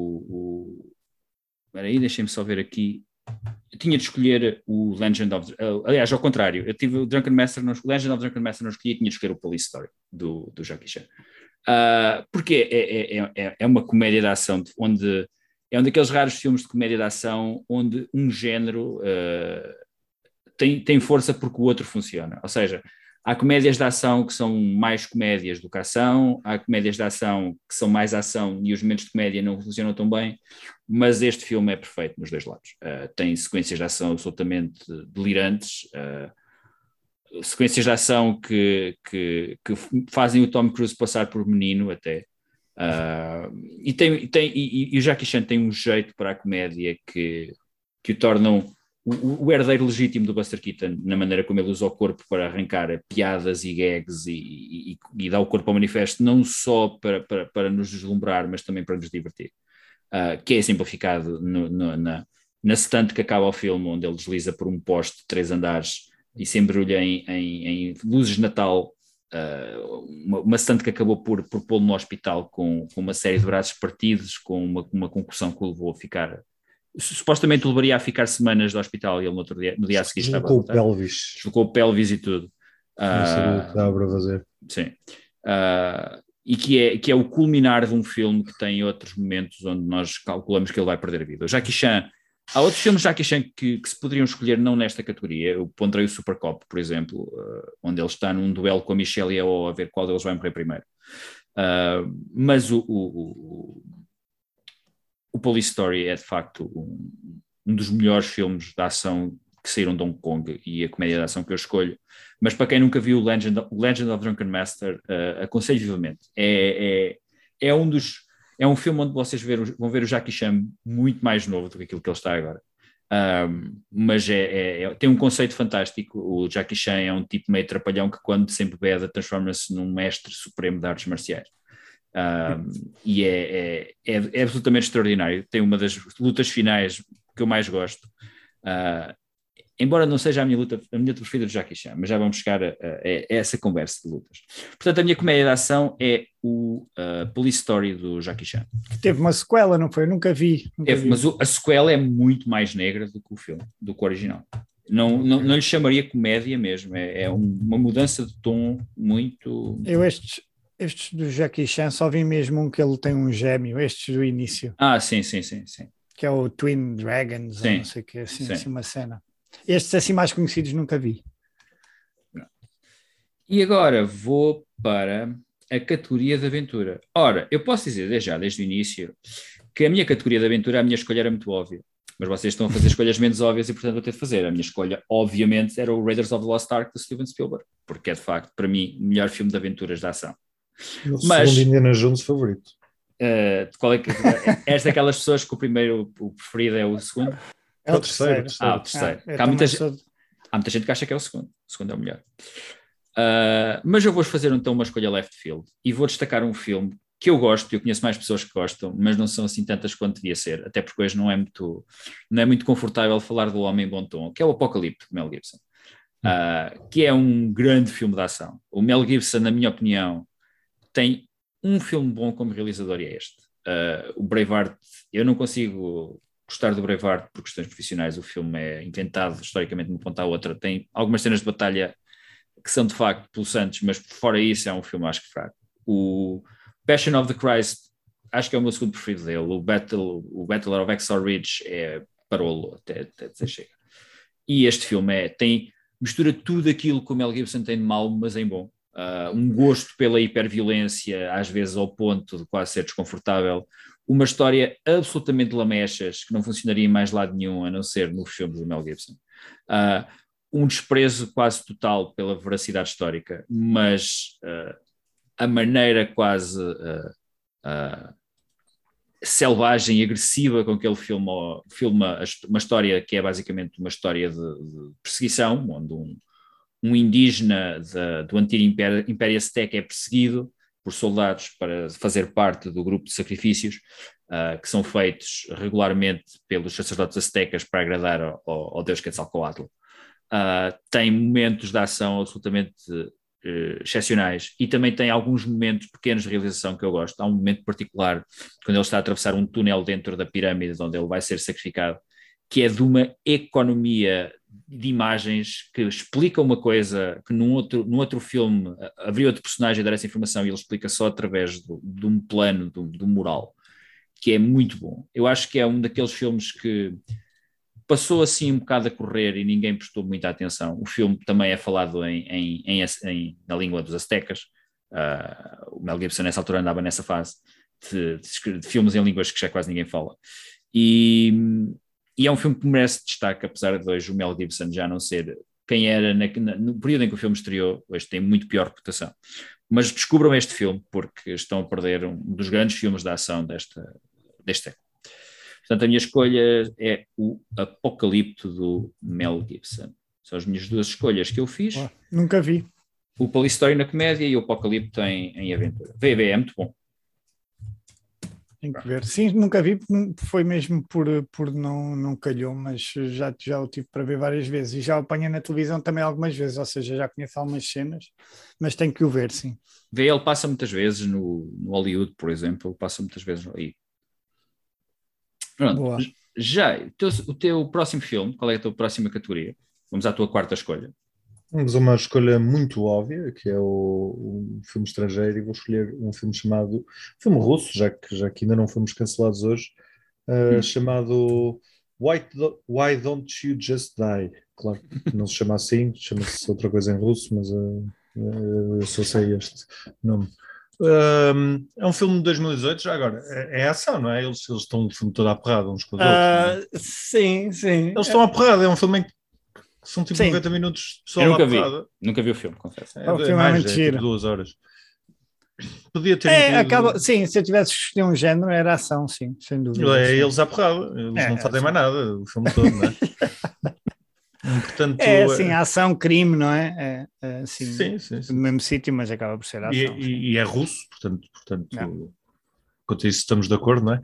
Espera aí, deixem-me só ver aqui. Eu tinha de escolher o Legend of... aliás, ao contrário, eu tive o Drunken Master, o Legend of Drunken Master não escolhi, tinha de escolher o Police Story, do Jackie Chan. Porque é uma comédia de ação, onde é um daqueles raros filmes de comédia de ação onde um género tem força porque o outro funciona. Ou seja, há comédias de ação que são mais comédias do que ação, há comédias de ação que são mais ação e os momentos de comédia não funcionam tão bem, mas este filme é perfeito nos dois lados. Tem sequências de ação absolutamente delirantes, sequências de ação que fazem o Tom Cruise passar por menino até. E o Jackie Chan tem um jeito para a comédia que o tornam o herdeiro legítimo do Buster Keaton, na maneira como ele usa o corpo para arrancar piadas e gags e dá o corpo ao manifesto, não só para nos deslumbrar, mas também para nos divertir. Que é simplificado na stunt que acaba o filme, onde ele desliza por um poste de 3 andares e se embrulha em luzes de Natal, uma stunt que acabou por pô-lo no hospital com uma série de braços partidos, com uma concussão que o levou a ficar... Supostamente o levaria a ficar semanas no hospital e ele no dia a seguir estava... Deslocou o pelvis e tudo. Não sabia o que dava para fazer. Sim. E que é o culminar de um filme que tem outros momentos onde nós calculamos que ele vai perder a vida. O Jackie Chan... Há outros filmes de Jackie Chan que se poderiam escolher não nesta categoria. Eu ponderei o Super Cop, por exemplo, onde ele está num duelo com a Michelle Yeoh a ver qual deles vai morrer primeiro. Mas o Police Story é de facto um dos melhores filmes de ação que saíram de Hong Kong e a comédia de ação que eu escolho. Mas para quem nunca viu o Legend of Drunken Master, aconselho vivamente. É um filme onde vocês vão ver o Jackie Chan muito mais novo do que aquilo que ele está agora. Mas tem um conceito fantástico. O Jackie Chan é um tipo meio trapalhão que, quando se embebeda, transforma-se num mestre supremo de artes marciais. E é absolutamente extraordinário. Tem uma das lutas finais que eu mais gosto. Embora não seja a minha luta preferida do Jackie Chan, mas já vamos chegar a essa conversa de lutas. Portanto, a minha comédia de ação é o Police Story do Jackie Chan. Que teve uma sequela, não foi? Eu nunca vi. Mas a sequela é muito mais negra do que o filme, do que o original. Não lhe chamaria comédia mesmo, é uma mudança de tom muito... Eu estes do Jackie Chan só vi mesmo um que ele tem um gêmeo, estes do início. Sim. Que é o Twin Dragons, ou não sei o que, assim uma cena. Estes assim mais conhecidos nunca vi. E agora vou para a categoria de aventura. Ora, eu posso dizer desde o início que a minha categoria de aventura, a minha escolha era muito óbvia, mas vocês estão a fazer escolhas menos óbvias e portanto vou ter de fazer. A minha escolha, obviamente, era o Raiders of the Lost Ark de Steven Spielberg, porque é de facto, para mim, o melhor filme de aventuras de ação. Mas, segundo Indiana Jones favorito. Qual é que és daquelas pessoas que o preferido é o segundo? É o terceiro. O terceiro. Há muita gente que acha que é o segundo. O segundo é o melhor. Mas eu vou fazer então uma escolha left field e vou destacar um filme que eu gosto, eu conheço mais pessoas que gostam, mas não são assim tantas quanto devia ser, até porque hoje não é muito confortável falar do Homem Bom Tom, que é o Apocalipse de Mel Gibson, que é um grande filme de ação. O Mel Gibson, na minha opinião, tem um filme bom como realizador e é este. O Braveheart, eu não consigo gostar do Braveheart por questões profissionais, o filme é inventado historicamente de uma ponta à outra, tem algumas cenas de batalha que são de facto pulsantes, mas fora isso é um filme acho que fraco. O Passion of the Christ acho que é o meu segundo preferido dele, o Battle of Exeter Ridge é parolo, até dizer chega. E este filme mistura tudo aquilo que o Mel Gibson tem de mau, mas em bom. Um gosto pela hiperviolência, às vezes ao ponto de quase ser desconfortável, uma história absolutamente lamechas, que não funcionaria em mais lado nenhum, a não ser no filme do Mel Gibson. Um desprezo quase total pela veracidade histórica, mas a maneira quase selvagem e agressiva com que ele filma uma história que é basicamente uma história de perseguição, onde um indígena do antigo Império Azteca é perseguido por soldados para fazer parte do grupo de sacrifícios que são feitos regularmente pelos sacerdotes aztecas para agradar ao deus Quetzalcóatl. Tem momentos de ação absolutamente excepcionais e também tem alguns momentos pequenos de realização que eu gosto. Há um momento particular quando ele está a atravessar um túnel dentro da pirâmide onde ele vai ser sacrificado, que é de uma economia de imagens que explica uma coisa que num outro filme haveria outro personagem a dar essa informação e ele explica só através de um plano, de um mural, que é muito bom. Eu acho que é um daqueles filmes que passou assim um bocado a correr e ninguém prestou muita atenção. O filme também é falado na língua dos aztecas. O Mel Gibson nessa altura andava nessa fase de filmes em línguas que já quase ninguém fala. E é um filme que merece destaque, apesar de hoje o Mel Gibson já não ser quem era no período em que o filme estreou. Hoje tem muito pior reputação. Mas descubram este filme porque estão a perder um dos grandes filmes de ação deste século. Portanto, a minha escolha é o Apocalipto do Mel Gibson. São as minhas duas escolhas que eu fiz. Nunca vi. O Police Story na comédia e o Apocalipto em aventura. VV é muito bom. Tem que ver. Sim, nunca vi, foi mesmo por não calhou, mas já o tive para ver várias vezes e já o apanhei na televisão também algumas vezes, ou seja, já conheço algumas cenas, mas tenho que o ver, sim. Ele passa muitas vezes no Hollywood, por exemplo, passa muitas vezes aí. Pronto. Boa. Já, o teu próximo filme, qual é a tua próxima categoria? Vamos à tua quarta escolha. Vamos a uma escolha muito óbvia, que é um filme estrangeiro, e vou escolher um filme chamado, filme russo, já que ainda não fomos cancelados hoje, chamado Why Don't You Just Die? Claro que não se chama assim, chama-se outra coisa em russo, mas eu só sei este nome. É um filme de 2018, já agora, é ação, não é? Eles estão o filme todo à porrada uns com os outros. Sim. Eles estão à porrada, é um filme em que são tipo 90 minutos só à porrada. Nunca vi o filme, confesso. É tipo 2 horas. Podia ter sim, se eu tivesse escolhido um género, era ação, sim, sem dúvida. Eles à porrada, eles não fazem mais nada, o filme todo, não é? Portanto, assim, ação, crime, não é? Assim, sim. No mesmo sítio, mas acaba por ser ação. E é russo, portanto quanto a isso estamos de acordo, não é?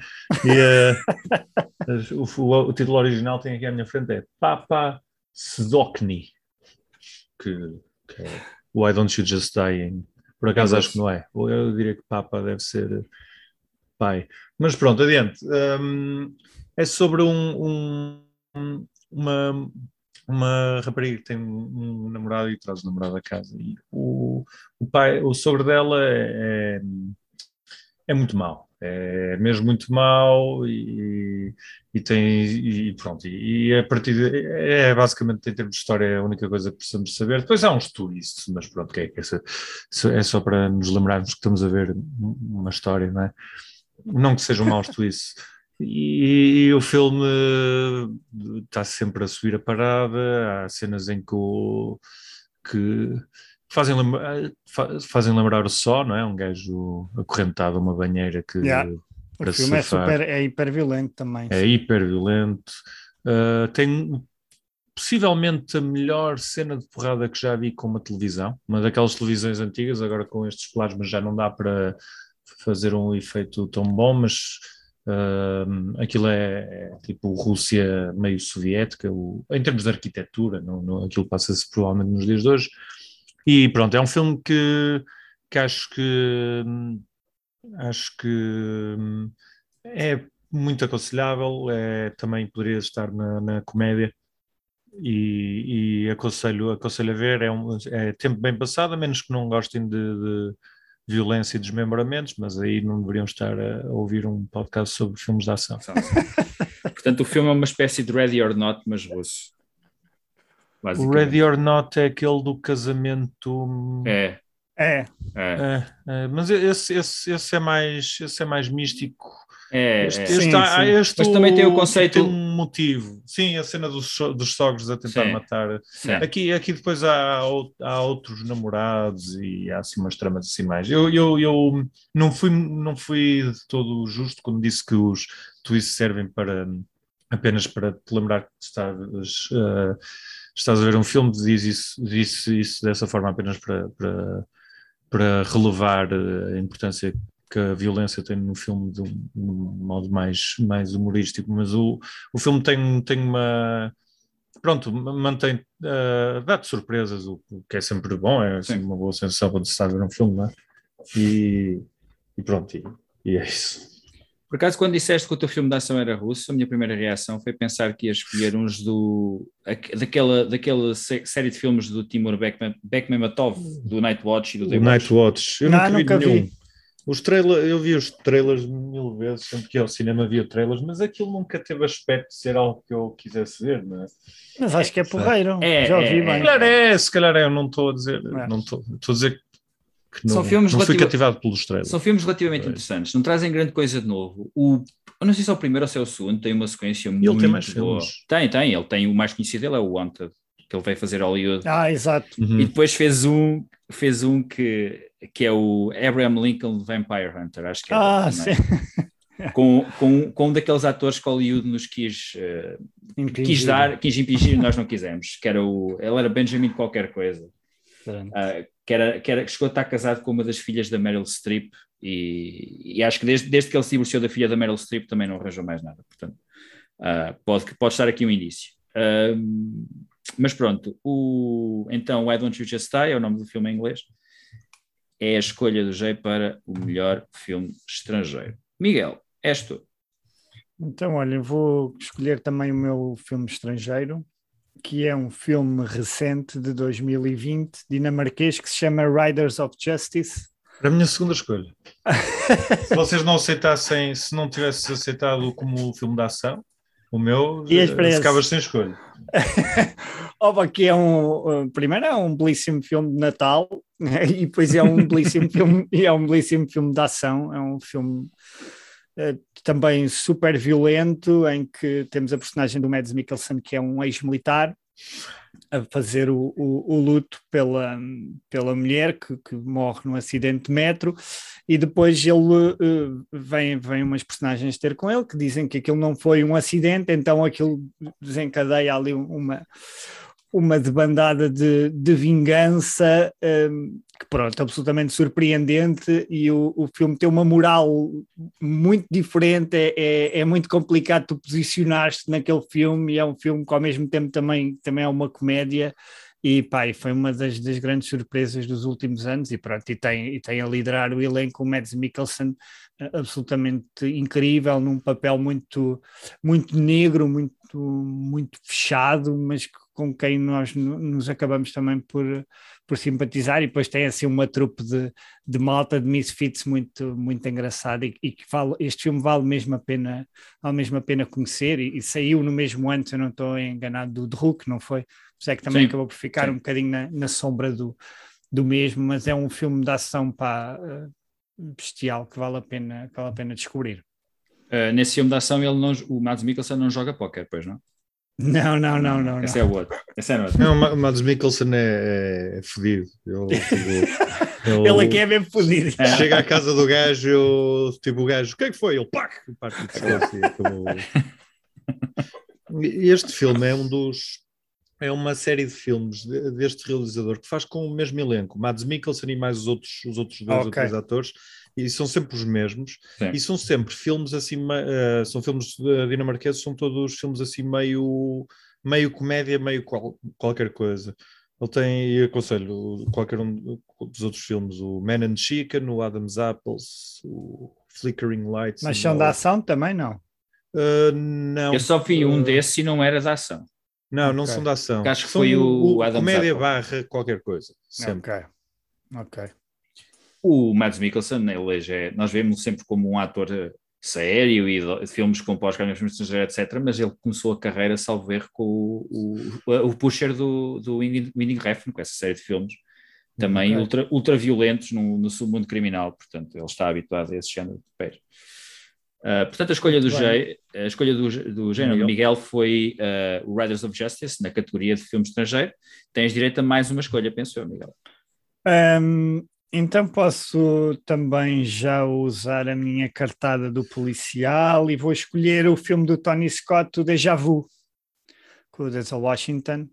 E o título original tem aqui à minha frente, é Papa Sdokny, que é Why Don't You Just Die? Por acaso acho que não é. Eu diria que Papa deve ser pai. Mas pronto, adiante. É sobre uma rapariga que tem um namorado e traz o namorado a casa. E o sogro dela é muito mau. É mesmo muito mau e pronto. E a partir basicamente em termos de história é a única coisa que precisamos saber. Depois há uns twists, mas pronto, é só para nos lembrarmos que estamos a ver uma história, não é? Não que sejam maus twists. E o filme está sempre a subir a parada, há cenas em que fazem lembrar o Só, não é? Um gajo acorrentado a uma banheira que... O filme é hiper violento também. É hiper violento. possivelmente a melhor cena de porrada que já vi com uma televisão, uma daquelas televisões antigas, agora com estes plasmas já não dá para fazer um efeito tão bom, mas aquilo é tipo Rússia meio soviética, em termos de arquitetura, aquilo passa-se provavelmente nos dias de hoje. E pronto, é um filme que acho que é muito aconselhável, também poderia estar na comédia e aconselho a ver, é tempo bem passado, a menos que não gostem de violência e desmembramentos, mas aí não deveriam estar a ouvir um podcast sobre filmes de ação. Portanto, o filme é uma espécie de Ready or Not, mas russo. O Ready or Not é aquele do casamento... mas esse é mais místico. Mas também tem o conceito... Tem um motivo. Sim, a cena dos sogros a tentar matar. Aqui depois há outros namorados e há assim umas tramas assim mais. Eu não fui de todo justo quando disse que os twists servem apenas para te lembrar que estás a ver um filme, disse isso dessa forma apenas para relevar a importância que a violência tem no filme de um modo mais humorístico, mas o filme tem uma... Pronto, mantém... dá-te surpresas, o que é sempre bom, é assim, uma boa sensação quando se está a ver um filme, não é? E pronto, e é isso. Por acaso, quando disseste que o teu filme de ação era russo, a minha primeira reação foi pensar que ia escolher uns daquela série de filmes do Timur Bekmambetov, do Nightwatch e do Daywatch. Nightwatch, eu nunca vi nenhum. Os trailers, eu vi os trailers 1000 vezes, sempre que ia ao cinema via trailers, mas aquilo nunca teve aspecto de ser algo que eu quisesse ver, não é? Mas acho que é porreiro, já ouvi bem. Se calhar eu não estou a dizer, estou a dizer que não fui cativado pelos trailers. São filmes relativamente interessantes, não trazem grande coisa de novo. Eu não sei se é o primeiro ou se é o segundo, tem uma sequência muito boa. Ele tem mais filmes. Ele tem o mais conhecido dele, é o Wanted, que ele veio fazer Hollywood. Exato. E depois fez um que é o Abraham Lincoln Vampire Hunter, acho que é. Sim. Com um daqueles atores que Hollywood nos quis impingir, nós não quisemos, que era ele era Benjamin qualquer coisa. Que chegou a estar casado com uma das filhas da Meryl Streep e acho que desde que ele se divorciou da filha da Meryl Streep também não arranjou mais nada, portanto pode estar aqui um indício. Mas pronto, então Why Don't You Just Die é o nome do filme em inglês, é a escolha do Jay para o melhor filme estrangeiro. Miguel, és tu. Então olha, vou escolher também o meu filme estrangeiro, que é um filme recente de 2020, dinamarquês, que se chama Riders of Justice. Era a minha segunda escolha. Se vocês não aceitassem, se não tivesses aceitado como filme de ação, o meu, ficavas sem escolha. Que primeiro é um belíssimo filme de Natal, e depois é um belíssimo filme, de ação. É um filme também super violento, em que temos a personagem do Mads Mikkelsen, que é um ex-militar, a fazer o luto pela mulher que morre num acidente de metro, e depois vem umas personagens ter com ele que dizem que aquilo não foi um acidente, então aquilo desencadeia ali uma debandada de vingança, que pronto, absolutamente surpreendente, e o filme tem uma moral muito diferente, é muito complicado tu posicionar-te naquele filme, e é um filme que ao mesmo tempo também é uma comédia, e foi uma das grandes surpresas dos últimos anos, e pronto, e tem a liderar o elenco o Mads Mikkelsen, absolutamente incrível, num papel muito, muito negro, muito, muito fechado, mas com quem nós nos acabamos também por simpatizar, e depois tem assim uma trupe de malta, de misfits muito, muito engraçada, e que este filme vale mesmo a pena conhecer, e saiu no mesmo ano, se eu não estou enganado, do Hulk, não foi? Por isso é que também acabou por ficar um bocadinho na sombra do mesmo, mas é um filme de ação bestial, que vale a pena descobrir. Nesse filme de ação o Mads Mikkelsen não joga póquer, pois não? Não. Esse é o outro. Esse é outro. Não, o Mads Mikkelsen é fodido. Ele aqui é mesmo fodido. Chega à casa do gajo, o gajo, o que é que foi? Ele, pac! E este filme é um dos é uma série de filmes deste realizador que faz com o mesmo elenco, Mads Mikkelsen e mais os outros dois ou três atores, e são sempre os mesmos. Sim. E são sempre filmes assim, são filmes dinamarqueses, são todos filmes assim meio comédia, meio qualquer coisa. Ele tem, e aconselho qualquer um dos outros filmes, o Man and Chicken, o Adam's Apples, o Flickering Lights. Mas são da ação também, não? Não. Eu só vi um desses e não era da ação. Não são da ação. Acho que foi o Adam's comédia Apple. barra qualquer coisa. Sempre. Ok. O Mads Mikkelsen, nós vemos sempre como um ator sério e de filmes com pós-carreira, filmes estrangeiros, etc. Mas ele começou a carreira, salvo erro, com o pusher do Winding Refn, com essa série de filmes, também ultra violentos no submundo criminal. Portanto, ele está habituado a esse género de papéis. Portanto, a escolha do género do Miguel foi o Riders of Justice, na categoria de filme estrangeiro. Tens direito a mais uma escolha, penso eu, Miguel. Então posso também já usar a minha cartada do policial e vou escolher o filme do Tony Scott, o Déjà Vu, com o Denzel Washington.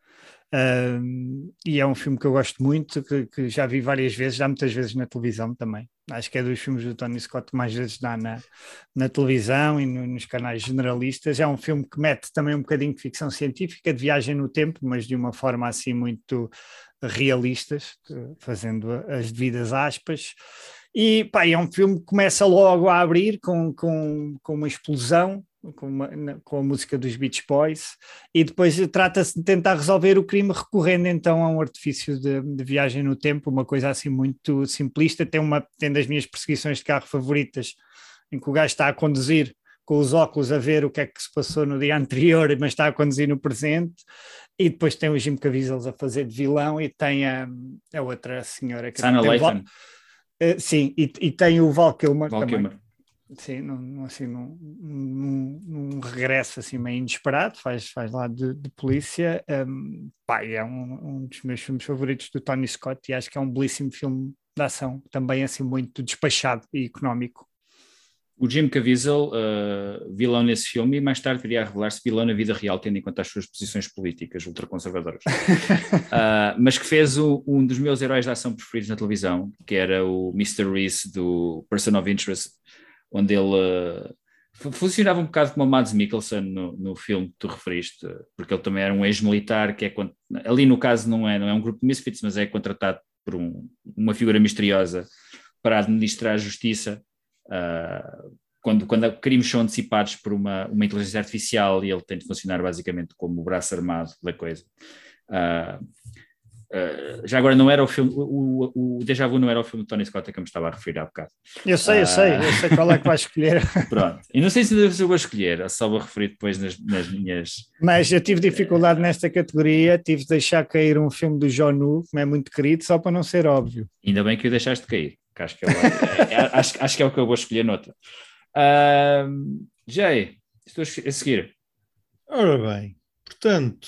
E é um filme que eu gosto muito, que já vi várias vezes, dá muitas vezes na televisão também. Acho que é dos filmes do Tony Scott que mais vezes dá na televisão e nos canais generalistas. É um filme que mete também um bocadinho de ficção científica, de viagem no tempo, mas de uma forma assim muito realistas, fazendo as devidas aspas. E é um filme que começa logo a abrir com uma explosão, com a música dos Beach Boys, e depois trata-se de tentar resolver o crime recorrendo então a um artifício de viagem no tempo, uma coisa assim muito simplista. Tem das minhas perseguições de carro favoritas, em que o gajo está a conduzir com os óculos a ver o que é que se passou no dia anterior, mas está a conduzir no presente, e depois tem o Jim Caviezel a fazer de vilão, e tem a outra senhora que Sana Lathan. Sim, e tem o Val Kilmer também. Kilmer. Sim, num regresso assim meio inesperado, faz lá de polícia. É um dos meus filmes favoritos do Tony Scott, e acho que é um belíssimo filme de ação, também assim muito despachado e económico. O Jim Caviezel, vilão nesse filme, e mais tarde viria a revelar-se vilão na vida real, tendo em conta as suas posições políticas ultraconservadoras. Mas que fez um dos meus heróis de ação preferidos na televisão, que era o Mr. Reese do Person of Interest, onde ele funcionava um bocado como a Mads Mikkelsen no filme que tu referiste, porque ele também era um ex-militar, que ali no caso não é um grupo de misfits, mas é contratado por uma figura misteriosa para administrar a justiça, quando crimes são antecipados por uma inteligência artificial, e ele tem de funcionar basicamente como o braço armado da coisa. Já agora não era o filme, o Déjà Vu não era o filme de Tony Scott que eu me estava a referir há bocado. Eu sei qual é que vais escolher. Pronto, e não sei se eu vou escolher, só vou referir depois nas minhas... Mas eu tive dificuldade nesta categoria, tive de deixar cair um filme do John Woo, que me é muito querido, só para não ser óbvio. Ainda bem que o deixaste cair, que acho que é o que eu vou escolher noutra. Jay, estou a seguir. Ora bem, portanto...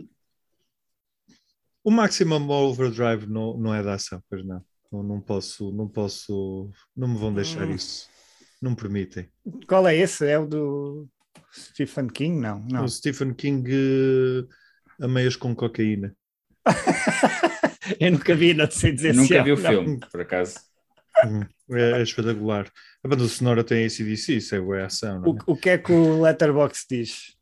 O Maximum Overdrive não é da ação, pois não. Não posso, não me vão deixar isso. Não me permitem. Qual é esse? É o do Stephen King? Não. O Stephen King a meias com cocaína. Eu nunca vi, não sei dizer. Nunca vi o filme, por acaso. É espetacular. A banda sonora tem AC/DC, isso é boa ação. Não é? O que é que o Letterboxd diz?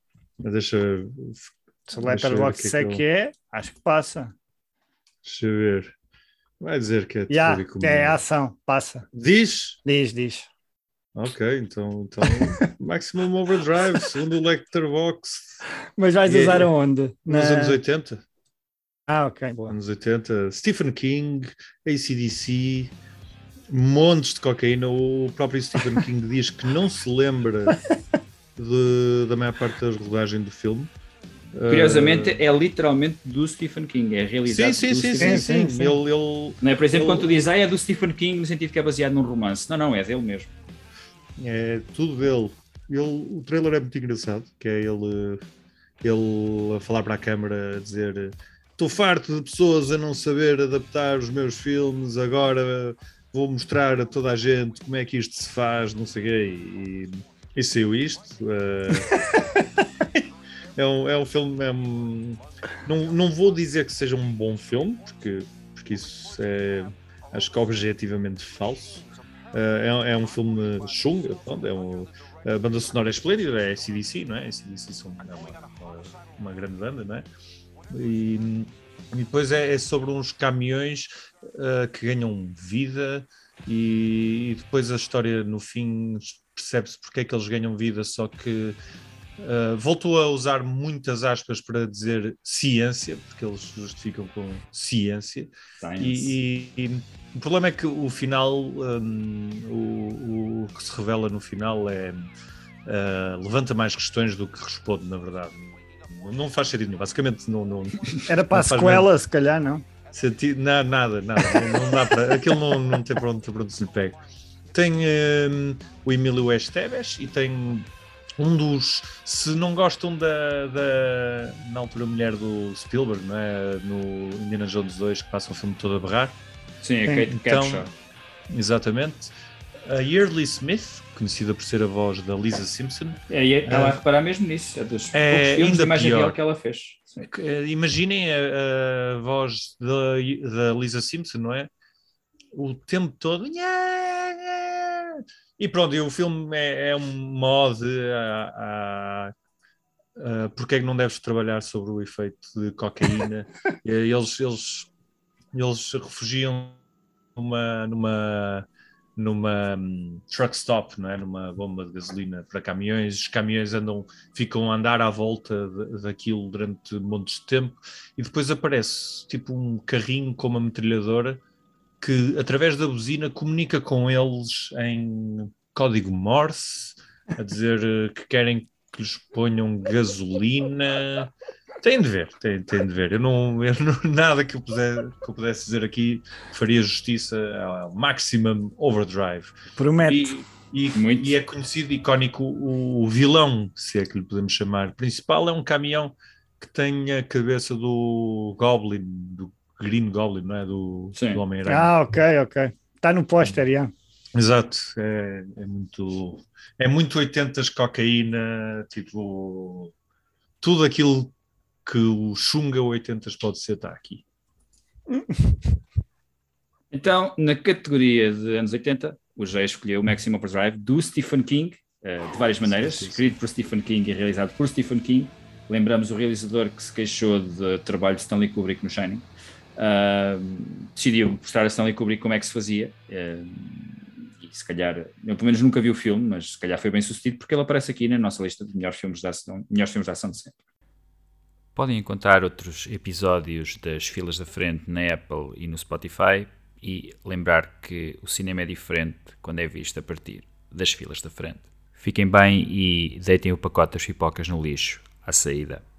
Se o Letterboxd é que é, acho que passa. Deixa eu ver. Vai dizer que é é ação, passa. Diz? Diz. Ok, então Maximum Overdrive, segundo o Letterboxd. Mas vais usar aonde? Nos anos 80. Ok, boa. Anos 80. Stephen King, AC/DC, montes de cocaína. O próprio Stephen King diz que não se lembra da maior parte das rodagens do filme. Curiosamente, é literalmente do Stephen King, é realizado sim. Ele, não é, por exemplo, quando tu dizes é do Stephen King, no sentido que é baseado num romance. Não, é dele mesmo. É tudo dele. O trailer é muito engraçado, que é ele a falar para a câmara, a dizer: estou farto de pessoas a não saber adaptar os meus filmes, agora vou mostrar a toda a gente como é que isto se faz, não sei o quê, e saiu isto. É um filme. Não vou dizer que seja um bom filme, porque isso é, acho que, objetivamente falso. É um filme chunga, a banda sonora é esplêndida, é AC/DC, não é? AC/DC são uma grande banda, não é? E depois é sobre uns caminhões que ganham vida e depois a história no fim percebe-se porque é que eles ganham vida, só que voltou a usar muitas aspas para dizer ciência, porque eles justificam com ciência. E o problema é que o final, o que se revela no final levanta mais questões do que responde, na verdade. Não faz sentido nenhum. Basicamente, não era para a sequela, se calhar, não? Nada. Não dá para. Aquilo não tem pronto se lhe pega. Tem o Emílio Estevez e tem um dos. Se não gostam na altura, mulher do Spielberg, não é? No Indiana Jones 2, que passa o filme todo a berrar. Sim, a Kate Capshaw. Exatamente. A Yeardley Smith, conhecida por ser a voz da Lisa Simpson. Estava a reparar mesmo nisso. É dos poucos filmes de imagem real que ela fez. Sim. Imaginem a voz da Lisa Simpson, não é? O tempo todo. E pronto, e o filme é uma ode a porque é que não deves trabalhar sobre o efeito de cocaína. Eles refugiam numa truck stop, não é? Numa bomba de gasolina para caminhões. Os caminhões ficam a andar à volta daquilo durante montes de tempo e depois aparece tipo um carrinho com uma metralhadora que, através da buzina, comunica com eles em código Morse, a dizer que querem que lhes ponham gasolina. Tem de ver. Eu não nada que eu pudesse dizer aqui faria justiça ao Maximum Overdrive. Promete. E é conhecido, icónico, o vilão, se é que lhe podemos chamar, principal, é um caminhão que tem a cabeça do Goblin, do Green Goblin, não é? Do Homem-Aranha. Ok. Está no póster, já. Exato. É muito 80s cocaína, tipo, tudo aquilo que o Xunga 80s pode ser, está aqui. Então, na categoria de anos 80, o José escolheu o Maximum Overdrive do Stephen King, de várias maneiras, escrito por Stephen King e realizado por Stephen King. Lembramos o realizador que se queixou do trabalho de Stanley Kubrick no Shining. Decidiu mostrar a Stanley Kubrick como é que se fazia. E se calhar, eu pelo menos nunca vi o filme, mas se calhar foi bem sucedido porque ele aparece aqui na nossa lista de melhores filmes de ação de sempre. Podem encontrar outros episódios das Filas da Frente na Apple e no Spotify e lembrar que o cinema é diferente quando é visto a partir das filas da frente. Fiquem bem e deitem o pacote das pipocas no lixo à saída.